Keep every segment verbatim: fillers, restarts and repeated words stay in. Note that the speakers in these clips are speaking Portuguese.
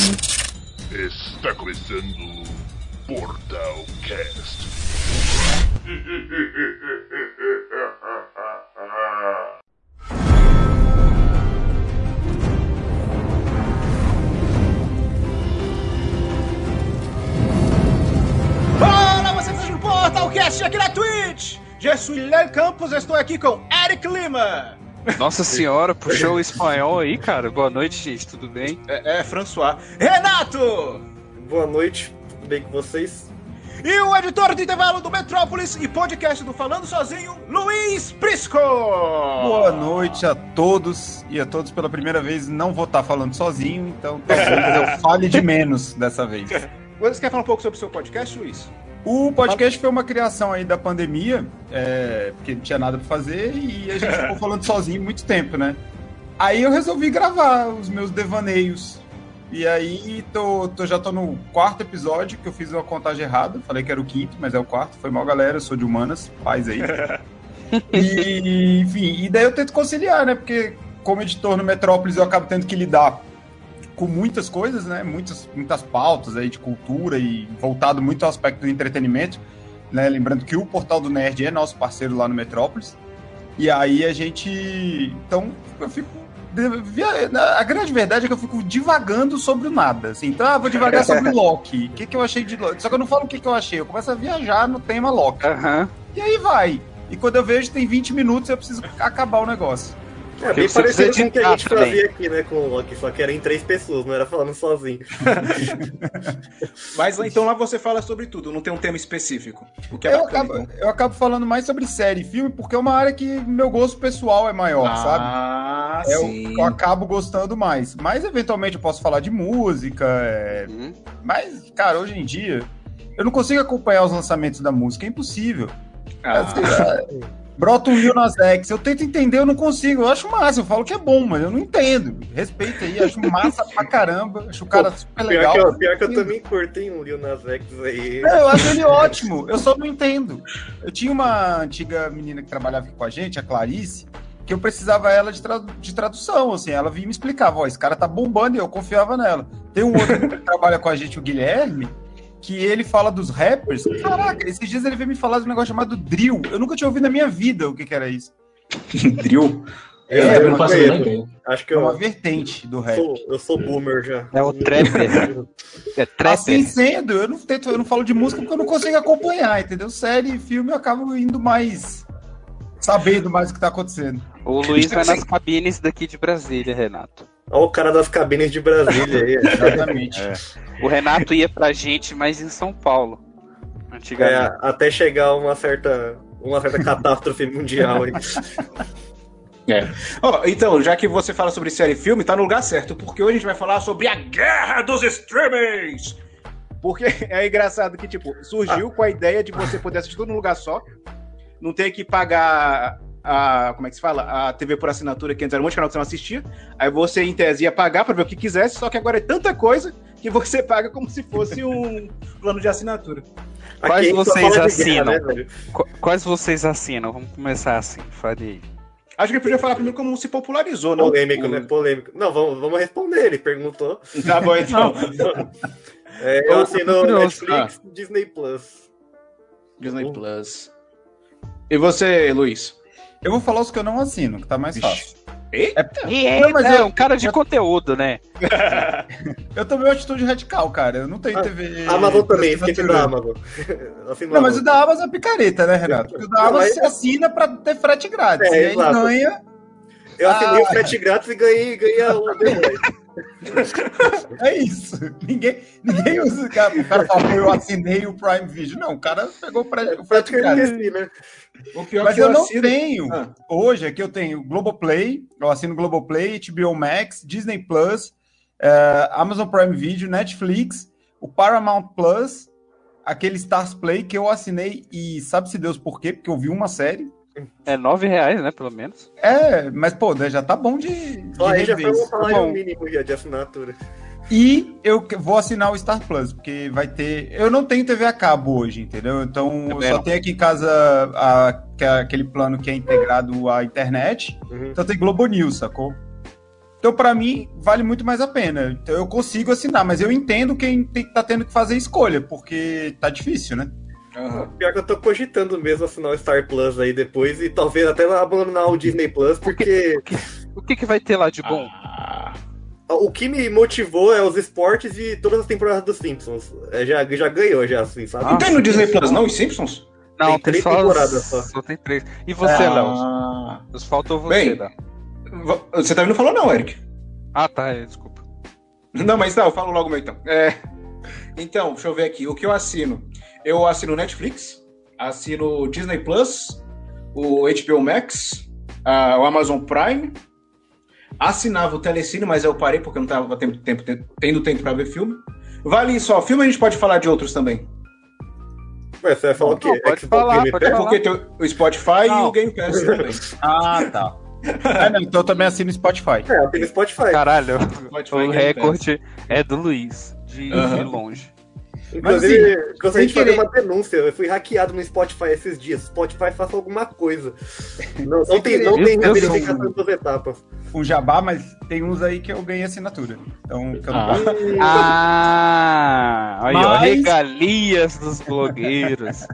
Está começando o Portal Cast. Olá, você que está no Portal Cast aqui na Twitch. Je suis Léo Campos, estou aqui com Eric Lima. Nossa senhora, puxou o espanhol aí, cara. Boa noite, gente, tudo bem? É, é François. Renato! Boa noite, tudo bem com vocês? E o editor de intervalo do Metrópolis e podcast do Falando Sozinho, Luiz Prisco! Boa noite a todos e a todos pela primeira vez. Não vou estar falando sozinho, então talvez eu fale de menos dessa vez. Você quer falar um pouco sobre o seu podcast, Luiz? O podcast foi uma criação aí da pandemia, é, porque não tinha nada pra fazer e a gente ficou falando sozinho muito tempo, né? Aí eu resolvi gravar os meus devaneios. E aí tô, tô, já tô no quarto episódio, que eu fiz uma contagem errada. Falei que era o quinto, mas é o quarto. Foi mal, galera, eu sou de humanas, paz aí. E, enfim, e daí eu tento conciliar, né? Porque como editor no Metrópolis eu acabo tendo que lidar com muitas coisas, né? Muitas, muitas pautas aí de cultura e voltado muito ao aspecto do entretenimento, né? Lembrando que o Portal do Nerd é nosso parceiro lá no Metrópolis. E aí a gente... Então, eu fico... A grande verdade é que eu fico divagando sobre o nada, assim. Então, ah, vou divagar sobre o Loki. O que, que eu achei de Loki? Só que eu não falo o que, que eu achei. Eu começo a viajar no tema Loki. Uhum. E aí vai. E quando eu vejo, tem vinte minutos e eu preciso acabar o negócio. É bem parecido com o que a gente também fazia aqui, né, com o Loki, só que era em três pessoas, não era falando sozinho. Mas então lá você fala sobre tudo, não tem um tema específico. O que é eu, bacana, acabo, então. eu acabo falando mais sobre série e filme, porque é uma área que meu gosto pessoal é maior, ah, sabe? Ah, é sim. Eu, eu acabo gostando mais. Mas, eventualmente, eu posso falar de música. É... Uhum. Mas, cara, hoje em dia, eu não consigo acompanhar os lançamentos da música, é impossível. Ah. Assim, brota um Lil Nas X, eu tento entender, eu não consigo, eu acho massa, eu falo que é bom, mas eu não entendo. Respeita aí, acho massa pra caramba, acho o cara Pô, super legal. Pior que eu, pior que eu também curtei um Lil Nas X aí. Não, eu acho ele ótimo, eu só não entendo. Eu tinha uma antiga menina que trabalhava aqui com a gente, a Clarice, que eu precisava ela de, tra- de tradução, assim, ela vinha e me explicava, ó, esse cara tá bombando e eu confiava nela. Tem um outro que trabalha com a gente, o Guilherme, que ele fala dos rappers. Caraca, esses dias ele veio me falar de um negócio chamado drill. Eu nunca tinha ouvido na minha vida o que, que era isso. Drill? É, é eu não faço ideia. Acho que é eu, uma vertente do rap. Sou, eu sou boomer já. É o trapper. É trapper. Assim sendo, eu não, tento, eu não falo de música porque eu não consigo acompanhar, entendeu? Série e filme eu acabo indo mais... sabendo mais o que tá acontecendo. O Luiz vai nas cabines daqui de Brasília, Renato. Olha o cara das cabines de Brasília aí. Exatamente. É. O Renato ia pra gente, mas em São Paulo. Antigamente. É, até chegar uma certa, uma certa catástrofe mundial aí. É. Oh, então, já que você fala sobre série e filme, tá no lugar certo, porque hoje a gente vai falar sobre a guerra dos streamings. Porque é engraçado que, tipo, surgiu com a ideia de você poder assistir tudo num lugar só, não ter que pagar a, como é que se fala? A T V por assinatura, que antes era um monte de canal que você não assistia. Aí você, em tese, ia pagar pra ver o que quisesse, só que agora é tanta coisa que você paga como se fosse um plano de assinatura. Quais vocês assinam? Guerra, né, Quais vocês assinam? Vamos começar assim, fale. Acho que ele podia falar primeiro como se popularizou, né? Polêmico, né? Polêmico. Não, vamos, vamos responder, ele perguntou. Tá bom, então. É, eu assino Netflix, ah. Disney Plus. Disney Plus. E você, Luiz? Eu vou falar os que eu não assino, que tá mais fácil. Eita! É, não, mas é um cara de eu... conteúdo, né? Eu tomei uma atitude radical, cara. Eu não tenho ah, T V... Amazon também, esqueci da Amazon. Não, mas o da Amazon é picareta, né, Renato? Porque o da Amazon você assina pra ter frete grátis. É, e aí exato. ganha... Eu assinei ah. o frete grátis e ganhei, ganhei o depois. É isso. Ninguém, ninguém usa. O cara fala que eu assinei o Prime Video. Não, o cara pegou o frete, o frete grátis. Esqueci, né? O pior Mas que eu, eu não assino... tenho. Ah. Hoje aqui eu tenho Globoplay, eu assino Globoplay, H B O Max, Disney Plus, uh, Amazon Prime Video, Netflix, o Paramount Plus, aquele Stars Play que eu assinei e sabe-se Deus por quê? Porque eu vi uma série. É nove reais, né, pelo menos. É, mas pô, já tá bom de, de Só aí já foi um tá salário mínimo já de assinatura. E eu vou assinar o Star Plus, porque vai ter... Eu não tenho T V a cabo hoje, entendeu? Então eu só tenho aqui em casa a, a, aquele plano que é integrado à internet. Uhum. Então tem Globo News, sacou? Então, pra mim, vale muito mais a pena. Então, eu consigo assinar, mas eu entendo quem tem, tá tendo que fazer escolha, porque tá difícil, né? Uhum. Pior que eu tô cogitando mesmo assinar o Star Plus aí depois e talvez até abandonar o Disney Plus, porque... O que, o que, que vai ter lá de bom? Ah. O que me motivou é os esportes de todas as temporadas dos Simpsons. É, já, já ganhou, já, assim, sabe? Não tem no Disney Plus, não, os Simpsons? Não, tem tem, três só, temporadas só. só tem três. E você, Ah. Léo? Nos faltou você, Bem, Léo. você também não falou não, Eric. Ah, tá, é, desculpa. Não, mas não, eu falo logo meu então. É, então, deixa eu ver aqui. O que eu assino? Eu assino Netflix, assino Disney Plus, o H B O Max, a, o Amazon Prime, assinava o Telecine, mas eu parei porque eu não estava tendo tempo, tendo tempo para ver filme. Vale só, filme a gente pode falar de outros também. Ué, você vai falar o quê? Não, pode Xbox falar, Game pode É Pass? porque tem o Spotify Não. e o Game Pass também. Ah, tá. É, não, então eu também assino Spotify. É, tem no Spotify. Caralho, Spotify o Game recorde é do Luiz, de, Aham. de longe. Inclusive, Mas, assim, gostaria de sem fazer querer- uma denúncia. Eu fui hackeado no Spotify esses dias. Spotify faça alguma coisa. Não, não Sem tem, querer- não tem Eu sou verificação das etapas. Um jabá, mas tem uns aí que eu ganhei assinatura. Então, que eu não Ah. posso. Ah, aí, ó, Mas- regalias dos blogueiros.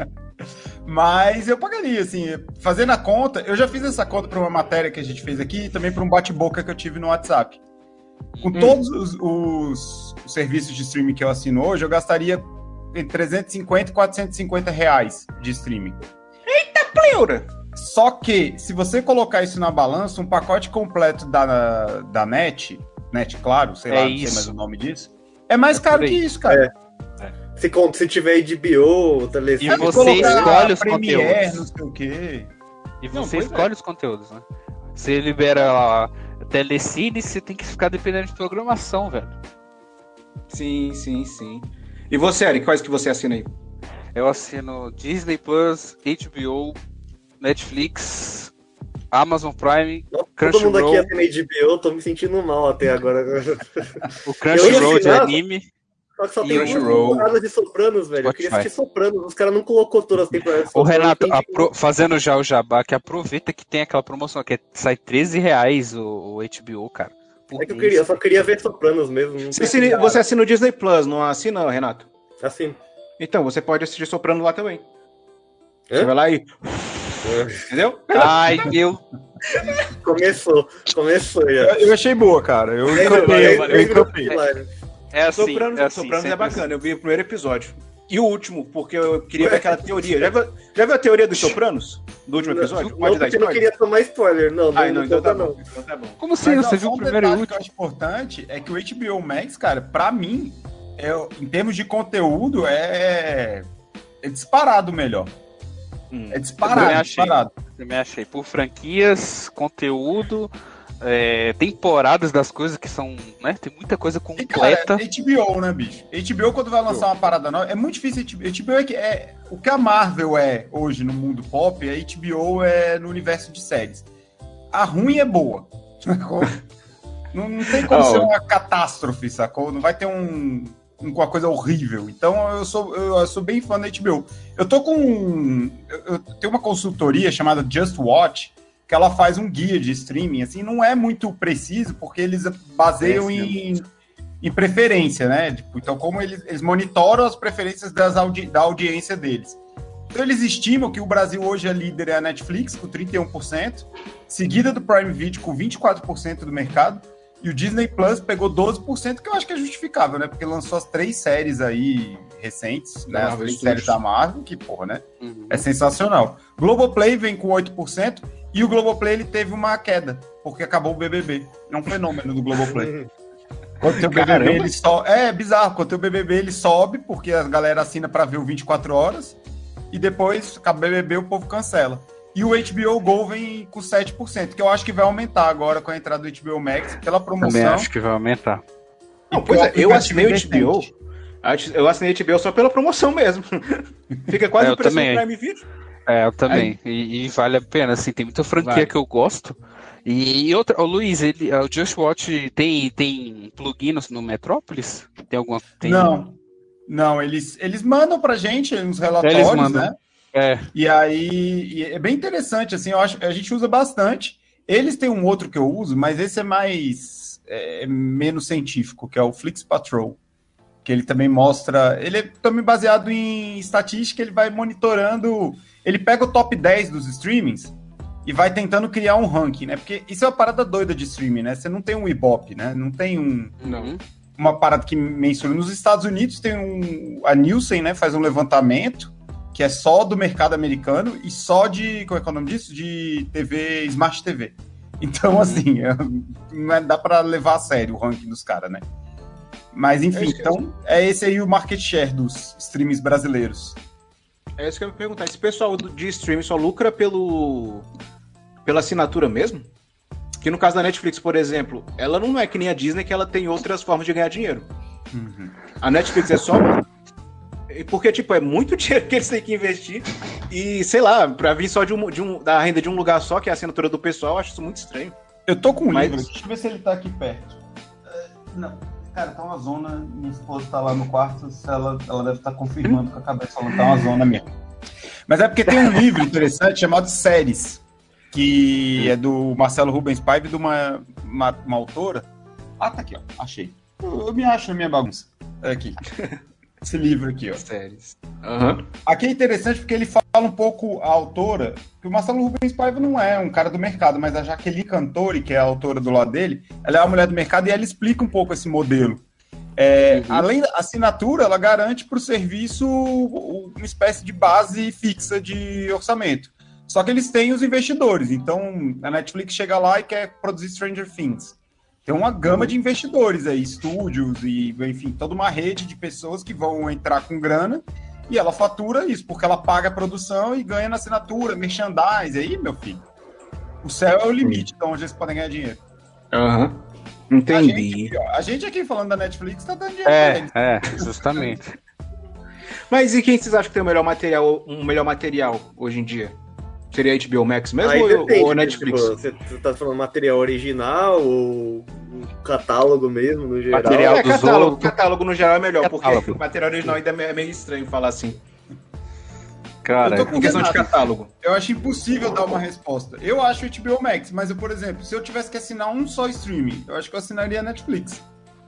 Mas eu pagaria, assim, fazendo a conta. Eu já fiz essa conta para uma matéria que a gente fez aqui e também para um bate-boca que eu tive no WhatsApp. Com Hum. todos os, os- os serviços de streaming que eu assino hoje, eu gastaria entre trezentos e cinquenta e quatrocentos e cinquenta reais de streaming. Pleura. Só que, se você colocar isso na balança, um pacote completo da, da NET, NET, claro, sei É lá, não sei isso. mais o nome disso, é mais É caro por que aí. isso, cara. Se, con- se tiver H B O, Telecine... E Se você colocar escolhe os Premiere, conteúdos. não sei o quê. E Não, você pois escolhe os conteúdos, né? Você libera a Telecine, você tem que ficar dependendo de programação, velho. Sim, sim, sim. E você, Eric, quais que você assina aí? Eu assino Disney Plus, H B O, Netflix, Amazon Prime, Nossa, todo mundo aqui Crunchyroll, assina H B O, tô me sentindo mal até agora. o Crunchyroll de assinava- anime. Só que só tem duas Crunchyroll. temporadas de Sopranos, velho. Eu queria Spotify. assistir Sopranos. Os caras não colocou todas as temporadas de Ô Sopranos. Renato, tem que- apro- fazendo já o jabá, que aproveita que tem aquela promoção, que é- sai treze reais o, o H B O, cara. por É que eu mês. queria, eu só queria ver Sopranos mesmo. Não Você tem assina, nada. você assina o Disney Plus, não assina, Renato? Assim. Então, você pode assistir Soprano lá também. Hã? Você vai lá e... Entendeu? Ai, meu. Começou, começou já. Eu, eu achei boa, cara. Eu É, encropei, é, eu é, encropei. é, É assim, Sopranos, é, assim, Sopranos é sempre bacana, eu vi o primeiro episódio. E o último, porque eu queria ver aquela teoria. Já viu, já viu a teoria dos Sopranos? Do último episódio? Não, Pode dar porque eu não spoiler? queria tomar spoiler, não. Ah, não, não, então tá conta, bom. Então tá bom. Como assim? Mas, Você ó, viu só o um primeiro e detalhe o que eu último? acho importante é que o H B O Max, cara, pra mim, é, em termos de conteúdo, é, é disparado melhor. Hum. É Eu disparado, também achei. disparado. Também achei. Por franquias, conteúdo, é, temporadas das coisas que são, né? Tem muita coisa E, cara, completa. H B O, né, bicho? H B O, quando vai lançar uma parada nova, é muito difícil. H B O, H B O é, que é o que a Marvel é hoje no mundo pop, a H B O é no universo de séries. A ruim é boa. Sacou? Não, não tem como Oh. ser uma catástrofe, sacou? Não vai ter um, um- uma coisa horrível. Então eu sou, eu, eu sou bem fã da H B O. Eu tô com. um- Eu, eu tenho uma consultoria chamada Just Watch, que ela faz um guia de streaming. Assim, não é muito preciso, porque eles baseiam É, em, em preferência, né? Tipo, então, como eles, eles monitoram as preferências das audi- da audiência deles. Então, eles estimam que o Brasil hoje é líder é a Netflix, com trinta e um por cento, seguida do Prime Video, com vinte e quatro por cento do mercado, e o Disney Plus pegou doze por cento, que eu acho que é justificável, né? Porque lançou as três séries aí recentes, né? As Marvel três Studios. séries da Marvel, que, porra, né? Uhum. É sensacional. Globoplay vem com oito por cento, e o Globoplay ele teve uma queda, porque acabou o B B B. É um fenômeno do Globoplay. Quando tem o B B B, Caramba. ele sobe. É bizarro, quando tem o B B B, ele sobe, porque a galera assina pra ver o vinte e quatro horas, e depois, acaba o B B B, o povo cancela. E o H B O Go vem com sete por cento, que eu acho que vai aumentar agora com a entrada do H B O Max, pela Também promoção. acho que vai aumentar. Não, pois é, eu assinei o H B O. decente. Eu assinei o H B O só pela promoção mesmo. Fica quase É, o eu preço do também. Prime Video. É, eu também. E, e vale a pena, assim, tem muita franquia Vale. que eu gosto. E, e outra, o Luiz, ele, o Just Watch tem, tem plugin no, no Metrópolis? Tem alguma. Tem... Não, não, eles, eles mandam pra gente uns relatórios, mandam. né? É, E aí e é bem interessante, assim, eu acho, a gente usa bastante. Eles têm um outro que eu uso, mas esse é mais é, menos científico, que é o Flix Patrol. Que ele também mostra... Ele é também baseado em estatística, ele vai monitorando... Ele pega o top dez dos streamings e vai tentando criar um ranking, né? Porque isso é uma parada doida de streaming, né? Você não tem um Ibope, né? Não tem um... Não. Uma parada que mensura. Nos Estados Unidos tem um... A Nielsen, né? Faz um levantamento que é só do mercado americano e só de... Como é que é o nome disso? De T V, Smart T V. Então, assim, é, não é, dá pra levar a sério o ranking dos caras, né? Mas, enfim, é então, é esse aí o market share dos streams brasileiros. É isso que eu ia me perguntar. Esse pessoal de streaming só lucra pelo pela assinatura mesmo? Que no caso da Netflix, por exemplo, ela não é que nem a Disney, que ela tem outras formas de ganhar dinheiro. Uhum. A Netflix é só... Porque, tipo, é muito dinheiro que eles têm que investir. E, sei lá, pra vir só de um, de um, da renda de um lugar só, que é a assinatura do pessoal, eu acho isso muito estranho. Eu tô com um Mas... livro, deixa eu ver se ele tá aqui perto. Uh, não... Cara, tá uma zona, minha esposa tá lá no quarto, se ela, ela deve estar confirmando com a cabeça, ela tá uma zona mesmo. Mas é porque tem um livro interessante chamado Séries, que é do Marcelo Rubens Paiva e de uma, uma, uma autora. Ah, tá aqui, ó, achei. Eu, eu me acho na minha bagunça. É aqui. Esse livro aqui, ó. Séries. Uhum. Aqui é interessante porque ele fala um pouco, a autora, que o Marcelo Rubens Paiva não é um cara do mercado, mas a Jaqueline Cantori, que é a autora do lado dele, ela é uma mulher do mercado e ela explica um pouco esse modelo. É, uhum. Além da assinatura, ela garante para o serviço uma espécie de base fixa de orçamento. Só que eles têm os investidores, então a Netflix chega lá e quer produzir Stranger Things. Tem uma gama de investidores aí, estúdios e, enfim, toda uma rede de pessoas que vão entrar com grana e ela fatura isso, porque ela paga a produção e ganha na assinatura, merchandise. Aí, meu filho, o céu é o limite de onde eles podem ganhar dinheiro. Aham, uhum. Entendi. A gente, a gente aqui falando da Netflix tá dando dinheiro é, pra eles. É, justamente. Mas e quem vocês acham que tem o melhor material, um melhor material hoje em dia? Seria H B O Max mesmo Aí ou, depende, ou Netflix? Tipo, você tá falando material original ou um catálogo mesmo, no geral? Material é, dos catálogo, outros. catálogo no geral é melhor, Catálogo. porque o material original ainda é meio estranho falar assim. Cara, eu tô com Em questão de Renato. catálogo. Eu acho impossível dar uma resposta. Eu acho H B O Max, mas eu, por exemplo, se eu tivesse que assinar um só streaming, eu acho que eu assinaria a Netflix.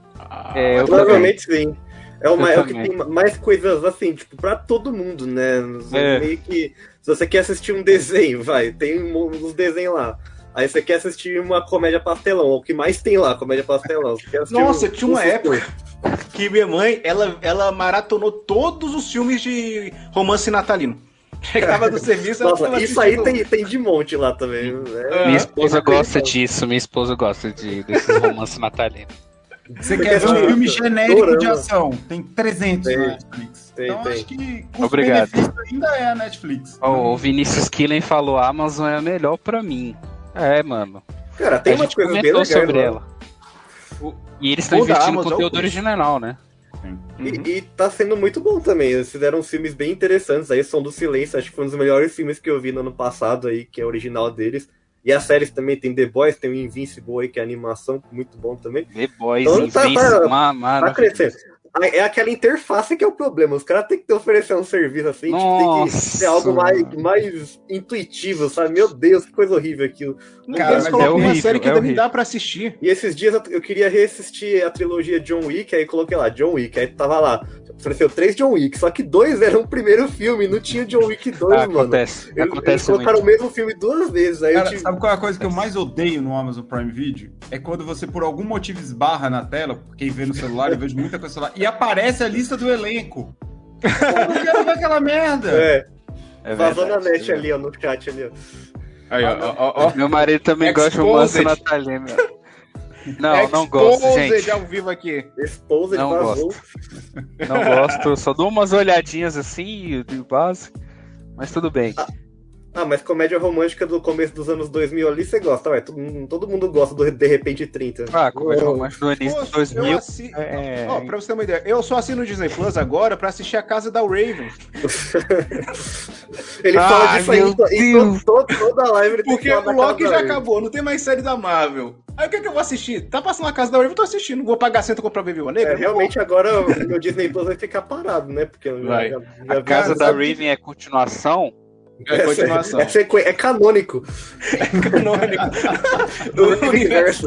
é, eu Provavelmente sim. É o, Eu mais, é o que também. tem mais coisas assim, tipo, pra todo mundo, né? É. Meio que. Se você quer assistir um desenho, vai, tem uns desenhos lá. Aí você quer assistir uma comédia pastelão, o que mais tem lá, comédia pastelão. Você quer assistir Nossa, um, tinha uma um época que minha mãe, ela, ela maratonou todos os filmes de romance natalino. Chegava do serviço, ela Nossa, ficava isso aí assistindo. tem, tem de monte lá também. É, minha esposa é gosta bem- disso, minha esposa gosta de, desses romances natalinos. Você Porque quer ver um assim, filme genérico de dorama. ação? Tem trezentos Tem, na Netflix. tem, então tem. acho que Obrigado. custo-benefício ainda é a Netflix. Ó, o Vinícius Killen falou: a Amazon é a melhor pra mim. É, mano. Cara, tem a umas gente coisas bem comentou legais sobre lá. ela. E eles estão O da investindo Amazon no é o conteúdo custo. original, né? E, e tá sendo muito bom também. Eles fizeram filmes bem interessantes aí. Som do Silêncio, acho que foi um dos melhores filmes que eu vi no ano passado aí, que é original deles. E as séries também tem The Boys, tem o Invincible aí, que é animação, muito bom também. The Boys, Então, tá- Invincible, tá- ma- mano. Tá crescendo. É aquela interface que é o problema. Os caras têm que te oferecer um serviço assim, tipo, tem que Nossa. ser algo mais, mais intuitivo, sabe? Meu Deus, que coisa horrível aquilo. Não, Cara, eles mas colocam é uma horrível, série que é ainda me horrível. dá pra assistir. E esses dias eu, eu queria reassistir a trilogia John Wick, aí coloquei lá, John Wick, aí tava lá, ofereceu três John Wick, só que dois eram o primeiro filme, não tinha o John Wick dois, Ah, mano. acontece, Eles, eles acontece colocaram muito. o mesmo filme duas vezes, aí Cara, eu tive... sabe qual é a coisa que eu mais odeio no Amazon Prime Video? É quando você, por algum motivo, esbarra na tela, quem vê no celular, eu vejo muita coisa no celular, e aparece a lista do elenco. Pô, eu não quero ver aquela merda. É, É vazou na verdade, net é ali, ó, no chat ali, ó. Aí, ó, ó, ó, ó. Meu marido também gosta de romance Exposed. natalino. Não, não gosto, Exposed gente. ao vivo aqui. Exposed Não vazou. Não gosto, eu só dou umas olhadinhas assim, de base. Mas tudo bem. Ah, mas comédia romântica do começo dos anos dois mil ali, você gosta, vai. Todo, todo mundo gosta do De Repente trinta. Ah, comédia Oh. romântica do início Pô, de dois mil. eu assi... é- Ó, pra você ter uma ideia, eu só assino o Disney Plus agora pra assistir A Casa da Raven. Ele Ai, fala disso aí meu em to- em Deus. to- to- toda a live. Ele tem Porque que o falar da Loki Casa já da Raven. acabou, não tem mais série da Marvel. Aí o que, é que eu vou assistir? Tá passando A Casa da Raven, eu tô assistindo. Vou pagar cento pra comprar Baby One Negra? É, realmente agora o meu Disney Plus vai ficar parado, né? Porque eu já- Vai. já, já A vi- Casa Cara, da sabe- Raven é continuação É a continuação. É, sequ... é canônico. É canônico. Do universo.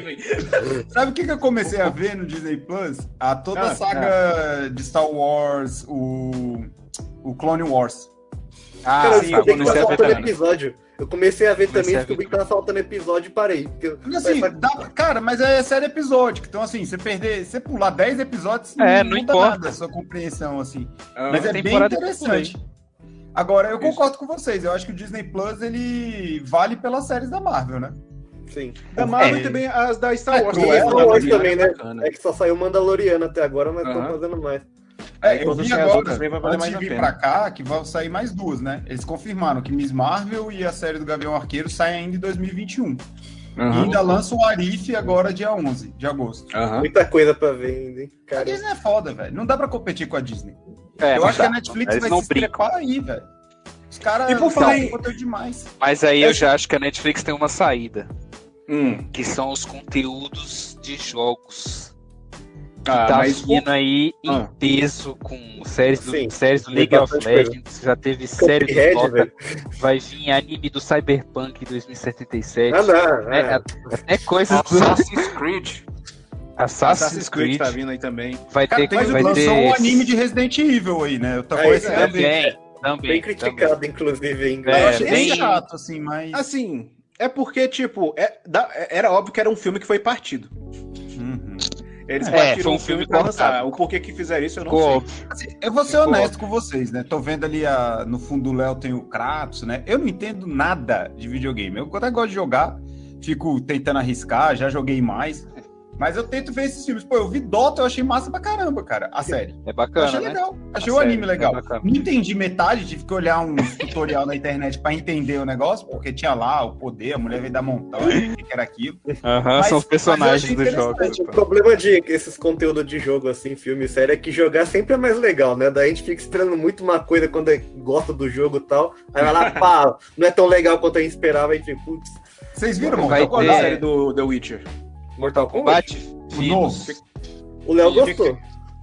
Sabe o que, que eu comecei a ver no Disney Plus? A toda Ah, a saga de Star Wars, o, o Clone Wars. Ah, Cara, eu sim, descobri que comecei tava a ver faltando também. episódio. Eu comecei a ver Comecei também, a descobri ver que tava faltando episódio e parei. Porque eu- Porque, assim, Mas- dá- cara, mas é série episódica. Então, assim, você perder, você pular dez episódios, É, não não muda importa. nada a sua compreensão, assim. Ah, Mas é bem temporada que eu interessante. Agora, eu Isso. concordo com vocês. Eu acho que o Disney Plus, ele vale pelas séries da Marvel, né? Sim. Da Marvel É. e também as da Star É, Wars. E Cruella, Star Cruella Wars também, também, é né? bacana. É que só saiu Mandaloriano até agora, mas estão Aham. fazendo mais. Aí, É, eu quando vi sair as agora, outras também vai valer antes mais de a vir pena. pra cá, que vão sair mais duas, né? Eles confirmaram que Miss Marvel e a série do Gavião Arqueiro saem ainda em dois mil e vinte e um. E Aham. ainda lança o Arif agora, dia onze de agosto. Aham. Muita coisa pra ver ainda, hein? A Cara, Disney é foda, velho. Não dá pra competir com a Disney. É, eu não acho que a dá. Netflix Eles vai não se brincam. estrepar aí, velho. Os caras E por falar fazem em- conteúdo demais. Mas aí Eu- eu já acho que a Netflix tem uma saída, Hum. que são os conteúdos de jogos. Que Ah, tá mas vindo aí em Ah. peso com séries do, Sim, séries do tem League of bastante coisa. Legends, já teve série do Cuphead, Dota, velho. vai vir anime do Cyberpunk dois mil e setenta e sete. Ah, não. né? é. É coisas do Assassin's Creed. Assassin's Creed. tá vindo aí também. Vai Cara, ter, tem, vai lançou ter um anime de Resident Evil aí, né? Eu tô É, conhecendo é, também. também, também, Bem criticado, inclusive, em Eu inglês. É, achei bem bem- chato, assim, mas... Assim, é porque, tipo, é- da- era óbvio que era um filme que foi partido. Uhum. Eles É, partiram foi um o filme filme pra lançar. cortado. O porquê que fizeram isso eu não Ficou sei. óbvio. Assim, eu vou ser Ficou honesto com vocês, né? Tô vendo ali a- no fundo do Léo tem o Kratos, né? Eu não entendo nada de videogame. Eu até gosto de jogar, fico tentando arriscar, já joguei mais. Mas eu tento ver esses filmes. Pô, eu vi Dota, eu achei massa pra caramba, cara. A série. É Eu bacana, achei né? legal. Achei A o série anime é legal. bacana. Não entendi metade, tive que olhar um tutorial na internet pra entender o negócio, porque tinha lá o poder, a mulher veio da montanha, o que que era aquilo. Aham, Mas- são os personagens mas eu do achei jogo. interessante, O problema de esses conteúdos de jogo, assim, filme, série, é que jogar sempre é mais legal, né? Daí a gente fica esperando muito uma coisa quando gosta do jogo e tal. Aí vai lá, pá, não é tão legal quanto a gente esperava, e tipo, putz, Vocês viram, Vai Mortal Qual ter- é a Kombat? série do The Witcher? Mortal Kombat. Combate? O novo. O Léo E- gostou.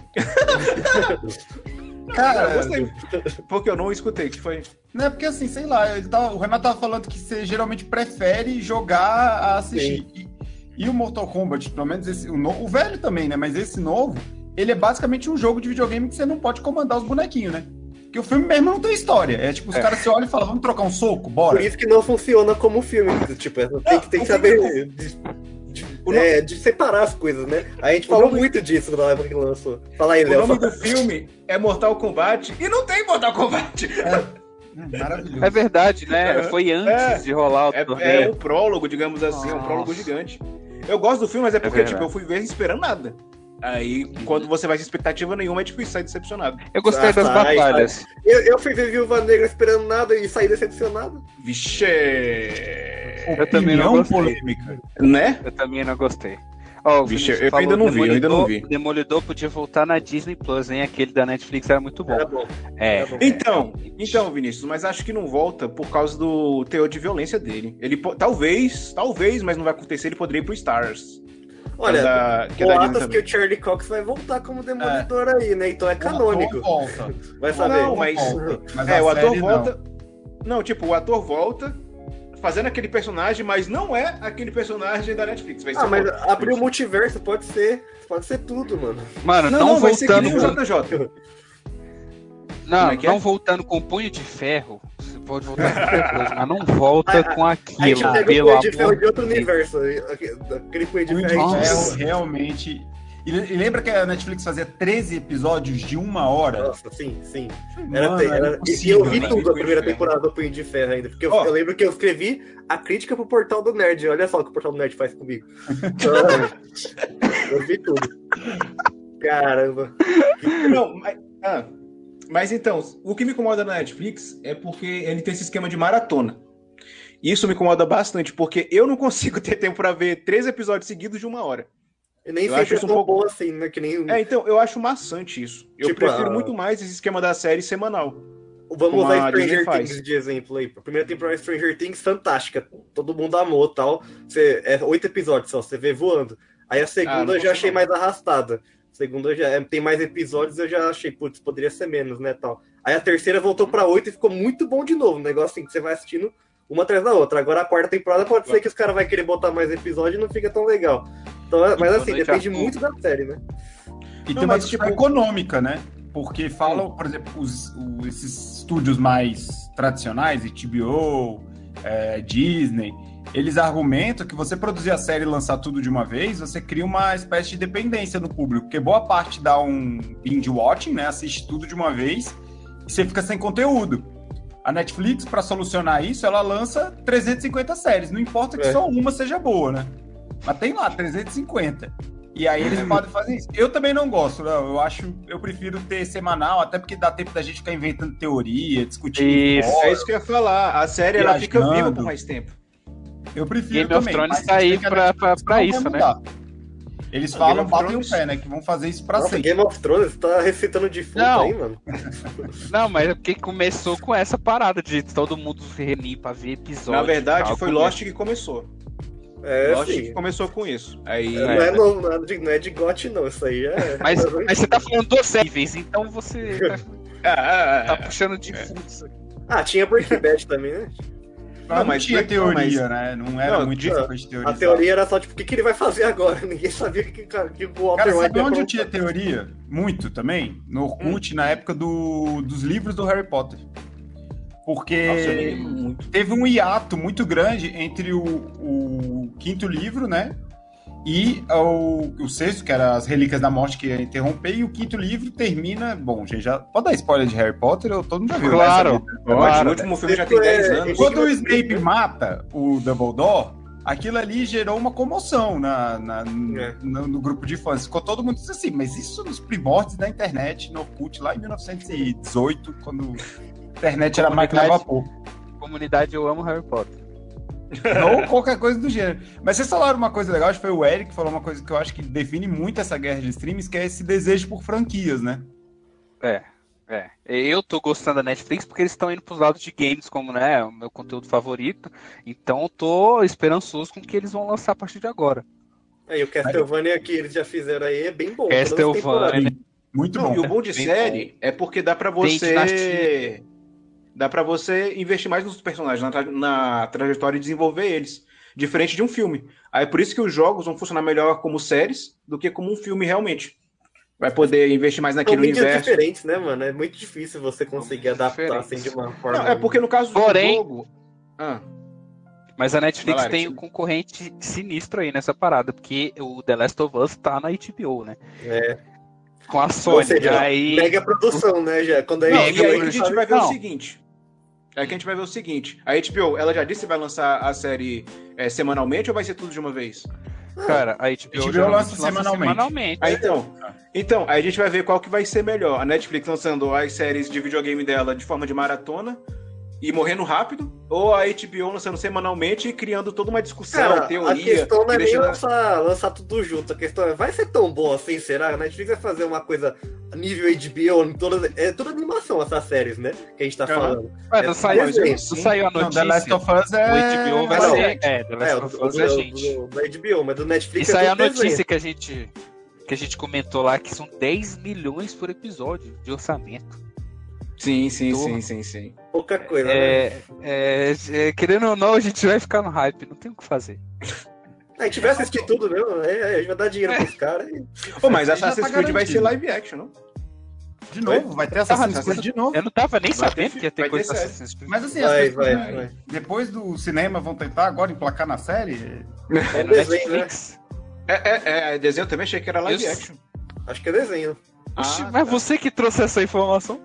Cara, eu gostei. Porque eu não escutei, que foi. não é porque assim, sei lá, ele tava- o Renato tava falando que você geralmente prefere jogar a assistir. E, e o Mortal Kombat, pelo menos esse, o, no- o velho também, né? Mas esse novo, ele é basicamente um jogo de videogame que você não pode comandar os bonequinhos, né? Porque o filme mesmo não tem história. É tipo, os É. caras se olham e falam, vamos trocar um soco, Por bora. isso que não funciona como filme. Tipo, tem, que- tem que o saber filme- de, de- O é, de separar as coisas, né? A gente O falou nome- muito disso na época que lançou. Fala aí, O Léo. nome do filme é Mortal Kombat e não tem Mortal Kombat. Hum, maravilhoso. É verdade, né? É. Foi antes É. de rolar o É, é torneio. um prólogo, digamos assim, é um Nossa. prólogo gigante. Eu gosto do filme, mas é porque, verdade. tipo, eu fui ver esperando nada. Aí, quando você vai sem expectativa nenhuma, é difícil sair decepcionado. Eu gostei Ah, das sai, batalhas. Eu, eu fui ver Viúva Negra esperando nada e saí decepcionado. Vixe! Eu também não Opinião gostei. polêmica. Né? Eu também não gostei. Ó, o Vixe, Vinícius eu falou ainda não vi, eu ainda não vi. Demolidor- Demolidor podia voltar na Disney Plus, hein? Aquele da Netflix era muito bom. Era bom. É. Era bom. Então, então, Vinícius, mas acho que não volta por causa do teor de violência dele. Ele po- talvez, talvez, mas não vai acontecer, ele poderia ir pro Stars. Olha, da, que é da Disney boatos que também. o Charlie Cox vai voltar como Demolidor aí, né? Então é canônico. O ator volta. Vai O saber. ator Não, mas- volta, mas É, a o ator série, não. volta. Não. tipo, o ator volta fazendo aquele personagem, mas não é aquele personagem da Netflix. Vai ser Ah, um mas outro. abrir o multiverso pode ser. Pode ser tudo, mano. Mano, Não, não, não, vai ser que voltando. nem o com- J J. Não, Como é que é? não voltando com punho de ferro. Você pode voltar com qualquer coisa, mas não volta A- com A gente aquilo, pega o pelo punho de amor ferro de outro de Deus. universo. Aquele punho de Punho ferro. de a gente- Ferro Nossa. realmente. E, e lembra que a Netflix fazia treze episódios de uma hora? Nossa, sim, sim. Era, Mano, era- era e- e impossível, eu vi né? tudo a Punho de primeira Ferro. temporada do Punho de Ferro ainda. Porque eu, Ó. eu lembro que eu escrevi a crítica pro Portal do Nerd. Olha só o que o Portal do Nerd faz comigo. eu vi tudo. Caramba. Não, mas, ah, mas então, o que me incomoda na Netflix é porque ele tem esse esquema de maratona. Isso me incomoda bastante, porque eu não consigo ter tempo pra ver três episódios seguidos de uma hora. E nem Eu sempre acho é isso um tão pouco- bom assim, né? Que nem. É, então, eu acho maçante isso. Eu Tipo, prefiro a- muito mais esse esquema da série semanal. Vamos como usar a Disney Stranger faz. Things de exemplo aí. A primeira temporada de Stranger Things, fantástica. Todo mundo amou e tal. Você, é oito episódios só, você vê voando. Aí a Ah, segunda não eu já posso achei não. mais arrastada. Segunda já é, tem mais episódios, eu já achei, putz, poderia ser menos, né, tal. Aí a terceira voltou pra oito e ficou muito bom de novo. Um negócio assim, que você vai assistindo uma atrás da outra. Agora a quarta temporada pode ser que os caras vão querer botar mais episódio e não fica tão legal. Então, mas assim, depende muito da série, né? E Não, tem uma mas, questão tipo- econômica, né? Porque falam, por exemplo, os, os- esses estúdios mais tradicionais, H B O, é, Disney, eles argumentam que você produzir a série e lançar tudo de uma vez, você cria uma espécie de dependência no público, porque boa parte dá um binge watching, né? Assiste tudo de uma vez e você fica sem conteúdo. A Netflix, para solucionar isso, ela lança trezentas e cinquenta séries. Não importa que É. só uma seja boa, né? Mas tem lá trezentas e cinquenta. E aí eles podem fazer isso. Eu também não gosto, não. Eu acho, eu prefiro ter semanal, até porque dá tempo da gente ficar inventando teoria, discutindo. Isso. fora. É isso que eu ia falar. A série ela fica Viajando. viva por mais tempo. Eu prefiro Game of também. Thrones mas tá aí tem que a pra- Netflix pra- pra não isso, vai né? mudar. Eles Game falam, of batem Thrones- o pé, né? Que vão fazer isso pra Nossa, sempre. Game of Thrones tá recitando defunto Não. aí, mano. Não, mas é porque começou com essa parada de todo mundo se reunir pra ver episódio. Na verdade, tal, foi como- Lost que começou. É, Lost sim. que começou com isso. Aí, Não é, não, não é de, não é de G O T, não. Isso aí é. Mas, mas você tá falando dos níveis, então você tá, Ah, ah, tá ah, puxando de fundo isso aqui. Ah, tinha Breaking Bad também, né? Mas Não, não mas tinha foi- teoria, não, mas- né? Não era Não, muito tinha- essa coisa de teoria. A teoria era só, tipo, o que, que ele vai fazer agora? Ninguém sabia o que, que, que o Walter Cara, White sabe ia onde eu aprontar. tinha teoria? Muito também? No Orkut, Hum. na época do, dos livros do Harry Potter. Porque Nossa, eu me lembro muito. teve um hiato muito grande entre o, o quinto livro, né? E o, o sexto, que era As Relíquias da Morte, que ia interromper, e o quinto livro termina. Bom, gente, já. Pode dar spoiler de Harry Potter? Eu todo mundo já viu. né? Claro, Mas claro. o último filme já tem É, dez é, anos. Quando o Snape mata o Dumbledore, aquilo ali gerou uma comoção na, na- É. no, no grupo de fãs. Ficou todo mundo assim, mas isso nos primórdios da internet, no Orkut, lá em mil novecentos e dezoito, quando a internet era máquina a vapor. Comunidade, eu amo Harry Potter. Ou qualquer coisa do gênero. Mas vocês falaram uma coisa legal, acho que foi o Eric que falou uma coisa que eu acho que define muito essa guerra de streams, que é esse desejo por franquias, né? É, é. Eu tô gostando da Netflix porque eles estão indo pros lados de games, como, né, o meu conteúdo favorito. Então eu tô esperançoso com o que eles vão lançar a partir de agora. Aí o Castlevania que eles já fizeram aí é bem bom. todas as temporadas. Castlevania. Muito Não, bom. e o bom de Bem série é porque dá pra Tem você. dinastia. Dá pra você investir mais nos personagens, na, tra- na trajetória e desenvolver eles. Diferente de um filme. Aí por isso que os jogos vão funcionar melhor como séries do que como um filme realmente. Vai poder investir mais São naquele mídias universo. diferentes, né, mano? É muito difícil você conseguir mídias adaptar assim diferentes. de uma forma. Não, é porque no caso do Porém- jogo. Ah, Mas a Netflix Vai lá, tem um Alex. concorrente sinistro aí nessa parada, porque o The Last of Us tá na H B O, né? É. Com a Ou Sony. seja, E aí... mega produção, né, já. Quando a não, Mega e aí Mega que a gente vai ver Não. o seguinte. Aí que a gente vai ver o seguinte. A H B O, ela já disse se vai lançar a série é, semanalmente ou vai ser tudo de uma vez? Cara, a H B O, H B O já lança semanalmente. semanalmente. Aí, então, então, aí a gente vai ver qual que vai ser melhor. A Netflix lançando as séries de videogame dela de forma de maratona e morrendo rápido, ou a H B O lançando semanalmente e criando toda uma discussão, Cara, teoria. a questão não é e nem deixando- lançar, lançar tudo junto. A questão é, vai ser tão bom assim, será? A Netflix vai fazer uma coisa nível H B O, em todas, é toda animação essas séries, né? Que a gente tá Aham. falando. Ué, não, É, saiu, mas não mesmo assim- saiu a Não, notícia. The Last of Us é... O H B O vai Não, ser. é- É, The É, Last o of do, Us é a do, gente. do, do H B O, mas do E Netflix é saiu a tudo desenho. notícia que a gente que a gente comentou lá que são dez milhões por episódio de orçamento. Sim, sim, Porra. sim, sim, sim. Pouca coisa, né? É, é, é, querendo ou não, a gente vai ficar no hype, não tem o que fazer. A gente vai assistir tudo mesmo, é, é, a gente vai dar dinheiro pros caras. e- Pô, mas Aí já Assassin's tá Creed vai ser garantido. live action, não? De novo, vai ter Assassin's Ah, Creed de novo. Eu não tava nem Vai sabendo ter- que ia ter vai ter coisa da série. Assassin's Creed. Mas assim, as Vai, pessoas, vai, né, vai. depois do cinema vão tentar agora emplacar na série. É É no desenho, né? Netflix. É, é, é, desenho eu também achei que era live Eu- action. Acho que é desenho. Oxi, Ah, mas tá. você que trouxe essa informação?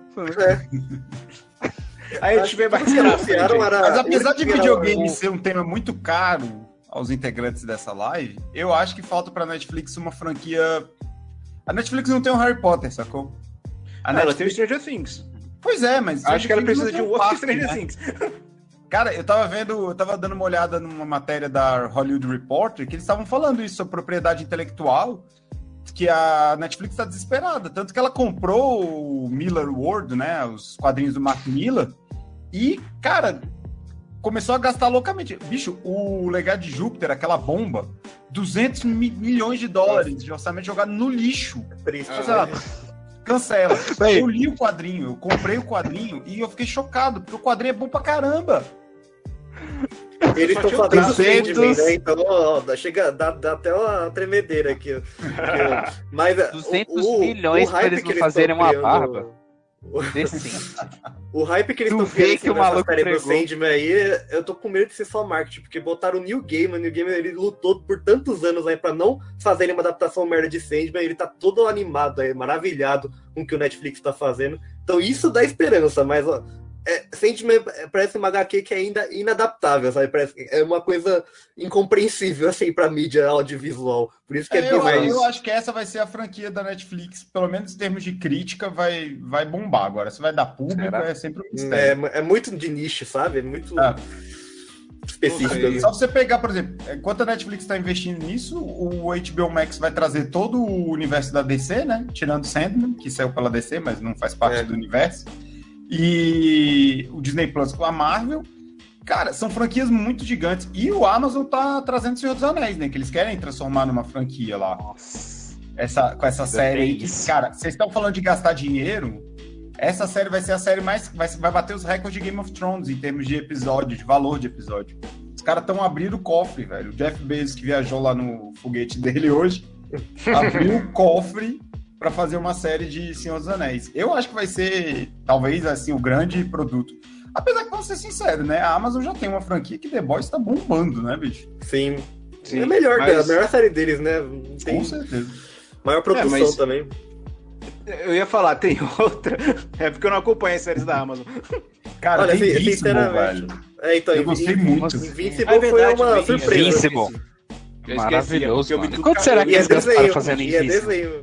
Aí a gente vê mais Tudo que anunciaram era- Mas apesar de era- videogame o- ser um tema muito caro aos integrantes dessa live, eu acho que falta pra Netflix uma franquia. A Netflix não tem um Harry Potter, sacou? A Ah, ela tem o Netflix... Stranger Things. Pois é, mas. Acho que ela Stranger precisa Things de um não tem outro parque, Stranger né? Things. Cara, eu tava vendo, eu tava dando uma olhada numa matéria da Hollywood Reporter que eles estavam falando isso sobre propriedade intelectual, que a Netflix tá desesperada, tanto que ela comprou o Miller World, né, os quadrinhos do Mark Miller, e, cara, começou a gastar loucamente. Bicho, o Legado de Júpiter, aquela bomba, duzentos mi- milhões de dólares de orçamento jogado no lixo. Triste. Sei lá, cancela. Bem. Eu li o quadrinho, eu comprei o quadrinho e eu fiquei chocado, porque o quadrinho é bom pra caramba. Eles Só estão tinha fazendo duzentos. Sandman, né? Então, ó, dá- chega, dá, dá até uma tremedeira aqui. ó. Porque, mas, é, duzentos o- o- milhões o pra hype eles que não eles fazerem tão uma criando- barba. Decente. O hype que eles Tu estão vê criando que o nessa maluco série do entregou. Sandman aí, eu tô com medo de ser só marketing, porque botaram o Neil Gaiman, o Neil Gaiman ele lutou por tantos anos aí pra não fazerem uma adaptação merda de Sandman, ele tá todo animado aí, maravilhado com o que o Netflix tá fazendo. Então isso dá esperança, mas ó, é, Sandman parece uma H Q que é ainda inadaptável, sabe? Parece que é uma coisa incompreensível, assim, pra mídia audiovisual. Por isso que é, É, eu, bizarro. eu acho que essa vai ser a franquia da Netflix, pelo menos em termos de crítica, vai, vai bombar. Agora, se vai dar público, Será? é sempre um mistério. É, é muito de nicho, sabe? É muito Ah. específico. Ok. né? Só você pegar, por exemplo, enquanto a Netflix está investindo nisso, o H B O Max vai trazer todo o universo da D C, né? Tirando Sandman, que saiu pela D C, mas não faz parte É. do universo. E o Disney Plus com a Marvel. Cara, são franquias muito gigantes. E o Amazon tá trazendo o Senhor dos Anéis, né? Que eles querem transformar numa franquia lá. Nossa. Essa, com essa Ainda série aí. tem que, isso. cara, vocês estão falando de gastar dinheiro. Essa série vai ser a série mais. Vai, vai bater os recordes de Game of Thrones em termos de episódio, de valor de episódio. Os caras estão abrindo o cofre, velho. O Jeff Bezos, que viajou lá no foguete dele hoje, abriu o cofre pra fazer uma série de Senhor dos Anéis. Eu acho que vai ser, talvez, assim, o grande produto. Apesar que, vamos ser sinceros, né? A Amazon já tem uma franquia que The Boys tá bombando, né, bicho? Sim. Sim, É melhor, mas- a melhor série deles, né? Não tem Com certeza. maior produção É, mas- também. Eu ia falar, tem outra. É porque eu não acompanho as séries da Amazon. Cara, Olha, tem assim, Invincible, sinceramente, velho. É, então, Eu Invi- gostei Invi- muito. Invincible Ah, é verdade, foi uma Invi- surpresa. Invincible. Eu esqueci, Maravilhoso, é porque eu vi mano. tudo Quanto será caro. que E é eles gastaram desenho, fazendo e é Invincible? desenho.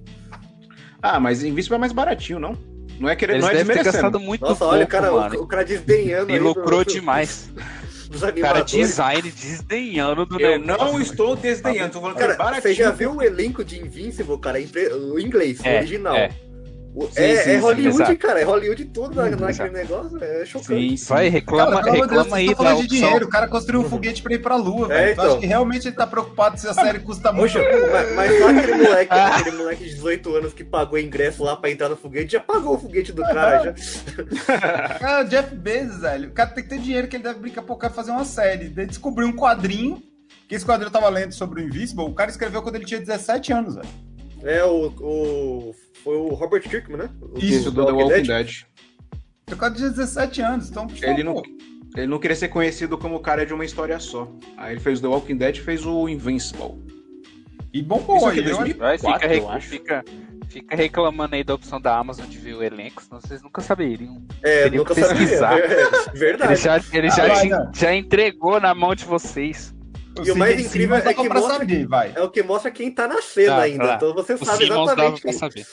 Ah, mas Invincible é mais baratinho, não? Não é querer, Eles não é devem ter desmerecendo. gastado muito Nossa, pouco, olha, o cara, mano. o, o cara desdenhando E aí lucrou do- demais. dos Cara, animadores. design desdenhando do Eu negócio. não estou desdenhando, tô falando que é Cara, baratinho. você já viu o elenco de Invincible, cara? Em pre- O inglês, o É, original. é. O- Sim, é, sim, é sim, Hollywood, exato. cara. É Hollywood tudo na, naquele Exato. negócio. É chocante. Sim, sim. Vai, reclama, Cara, pelo amor de Deus, reclama aí vocês da estão falando de opção. dinheiro. O cara construiu um foguete pra ir pra lua, velho. É, Eu então. acho que realmente ele tá preocupado se a série custa muito. Poxa, mas, mas só aquele moleque, aquele moleque de dezoito anos que pagou ingresso lá pra entrar no foguete, já pagou o foguete do cara, já. Cara, o Jeff Bezos, velho, o cara tem que ter dinheiro que ele deve brincar pouco fazer uma série. Ele descobriu um quadrinho, que esse quadrinho eu tava lendo sobre o Invincible, o cara escreveu quando ele tinha dezessete anos, velho. É, o, o... Foi o Robert Kirkman, né? O Isso, do The Walking Dead. O cara tinha dezessete anos, então... por Ele não, favor. ele não queria ser conhecido como o cara de uma história só. Aí ele fez o The Walking Dead e fez o Invincible. E bombou, Isso aqui aí, é eu dois mil e Vai, fica, quatro, eu rec- acho. fica, fica reclamando aí da opção da Amazon de ver o elenco, senão vocês nunca saberiam. É, Teria nunca que sabia. pesquisar. É, Ele verdade. já, ele já, Ah, vai, te- não. já entregou na mão de vocês. E o mais Sim, incrível mas dá é que pra mostra- saber, vai. É o que mostra quem tá na cena Tá, ainda. tá. Então você O sabe Simmons dava exatamente. pra saber.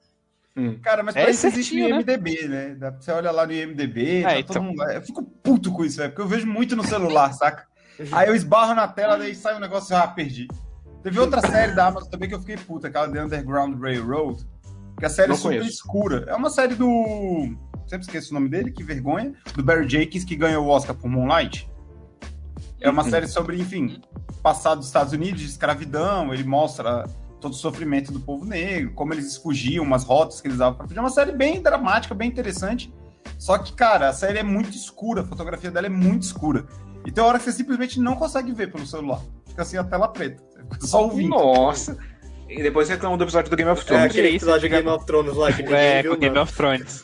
Cara, mas É pra isso existe certinho, o né? I M D B, né? Dá pra- Você olha lá no I M D B, É, tá então. todo mundo... Eu fico puto com isso, velho, porque eu vejo muito no celular, saca? Aí eu esbarro na tela, daí sai um negócio, ah, perdi. Teve outra série da Amazon também que eu fiquei puto, aquela The Underground Railroad, que a série Não é super conheço. escura. É uma série do... Sempre esqueço o nome dele, que vergonha. Do Barry Jenkins, que ganhou o Oscar por Moonlight. É uma série sobre, enfim, passado dos Estados Unidos, de escravidão. Ele mostra todo o sofrimento do povo negro, como eles fugiam, umas rotas que eles davam pra fugir. É uma série bem dramática, bem interessante. Só que, cara, a série é muito escura, a fotografia dela é muito escura. E tem hora que você simplesmente não consegue ver pelo celular. Fica assim a tela preta. Você fica só ouvindo. Nossa. E depois reclamam do episódio do Game of É Thrones. aquele Que isso, episódio de fica- Game of Thrones lá que ninguém É, viu, com Game mano. of Thrones.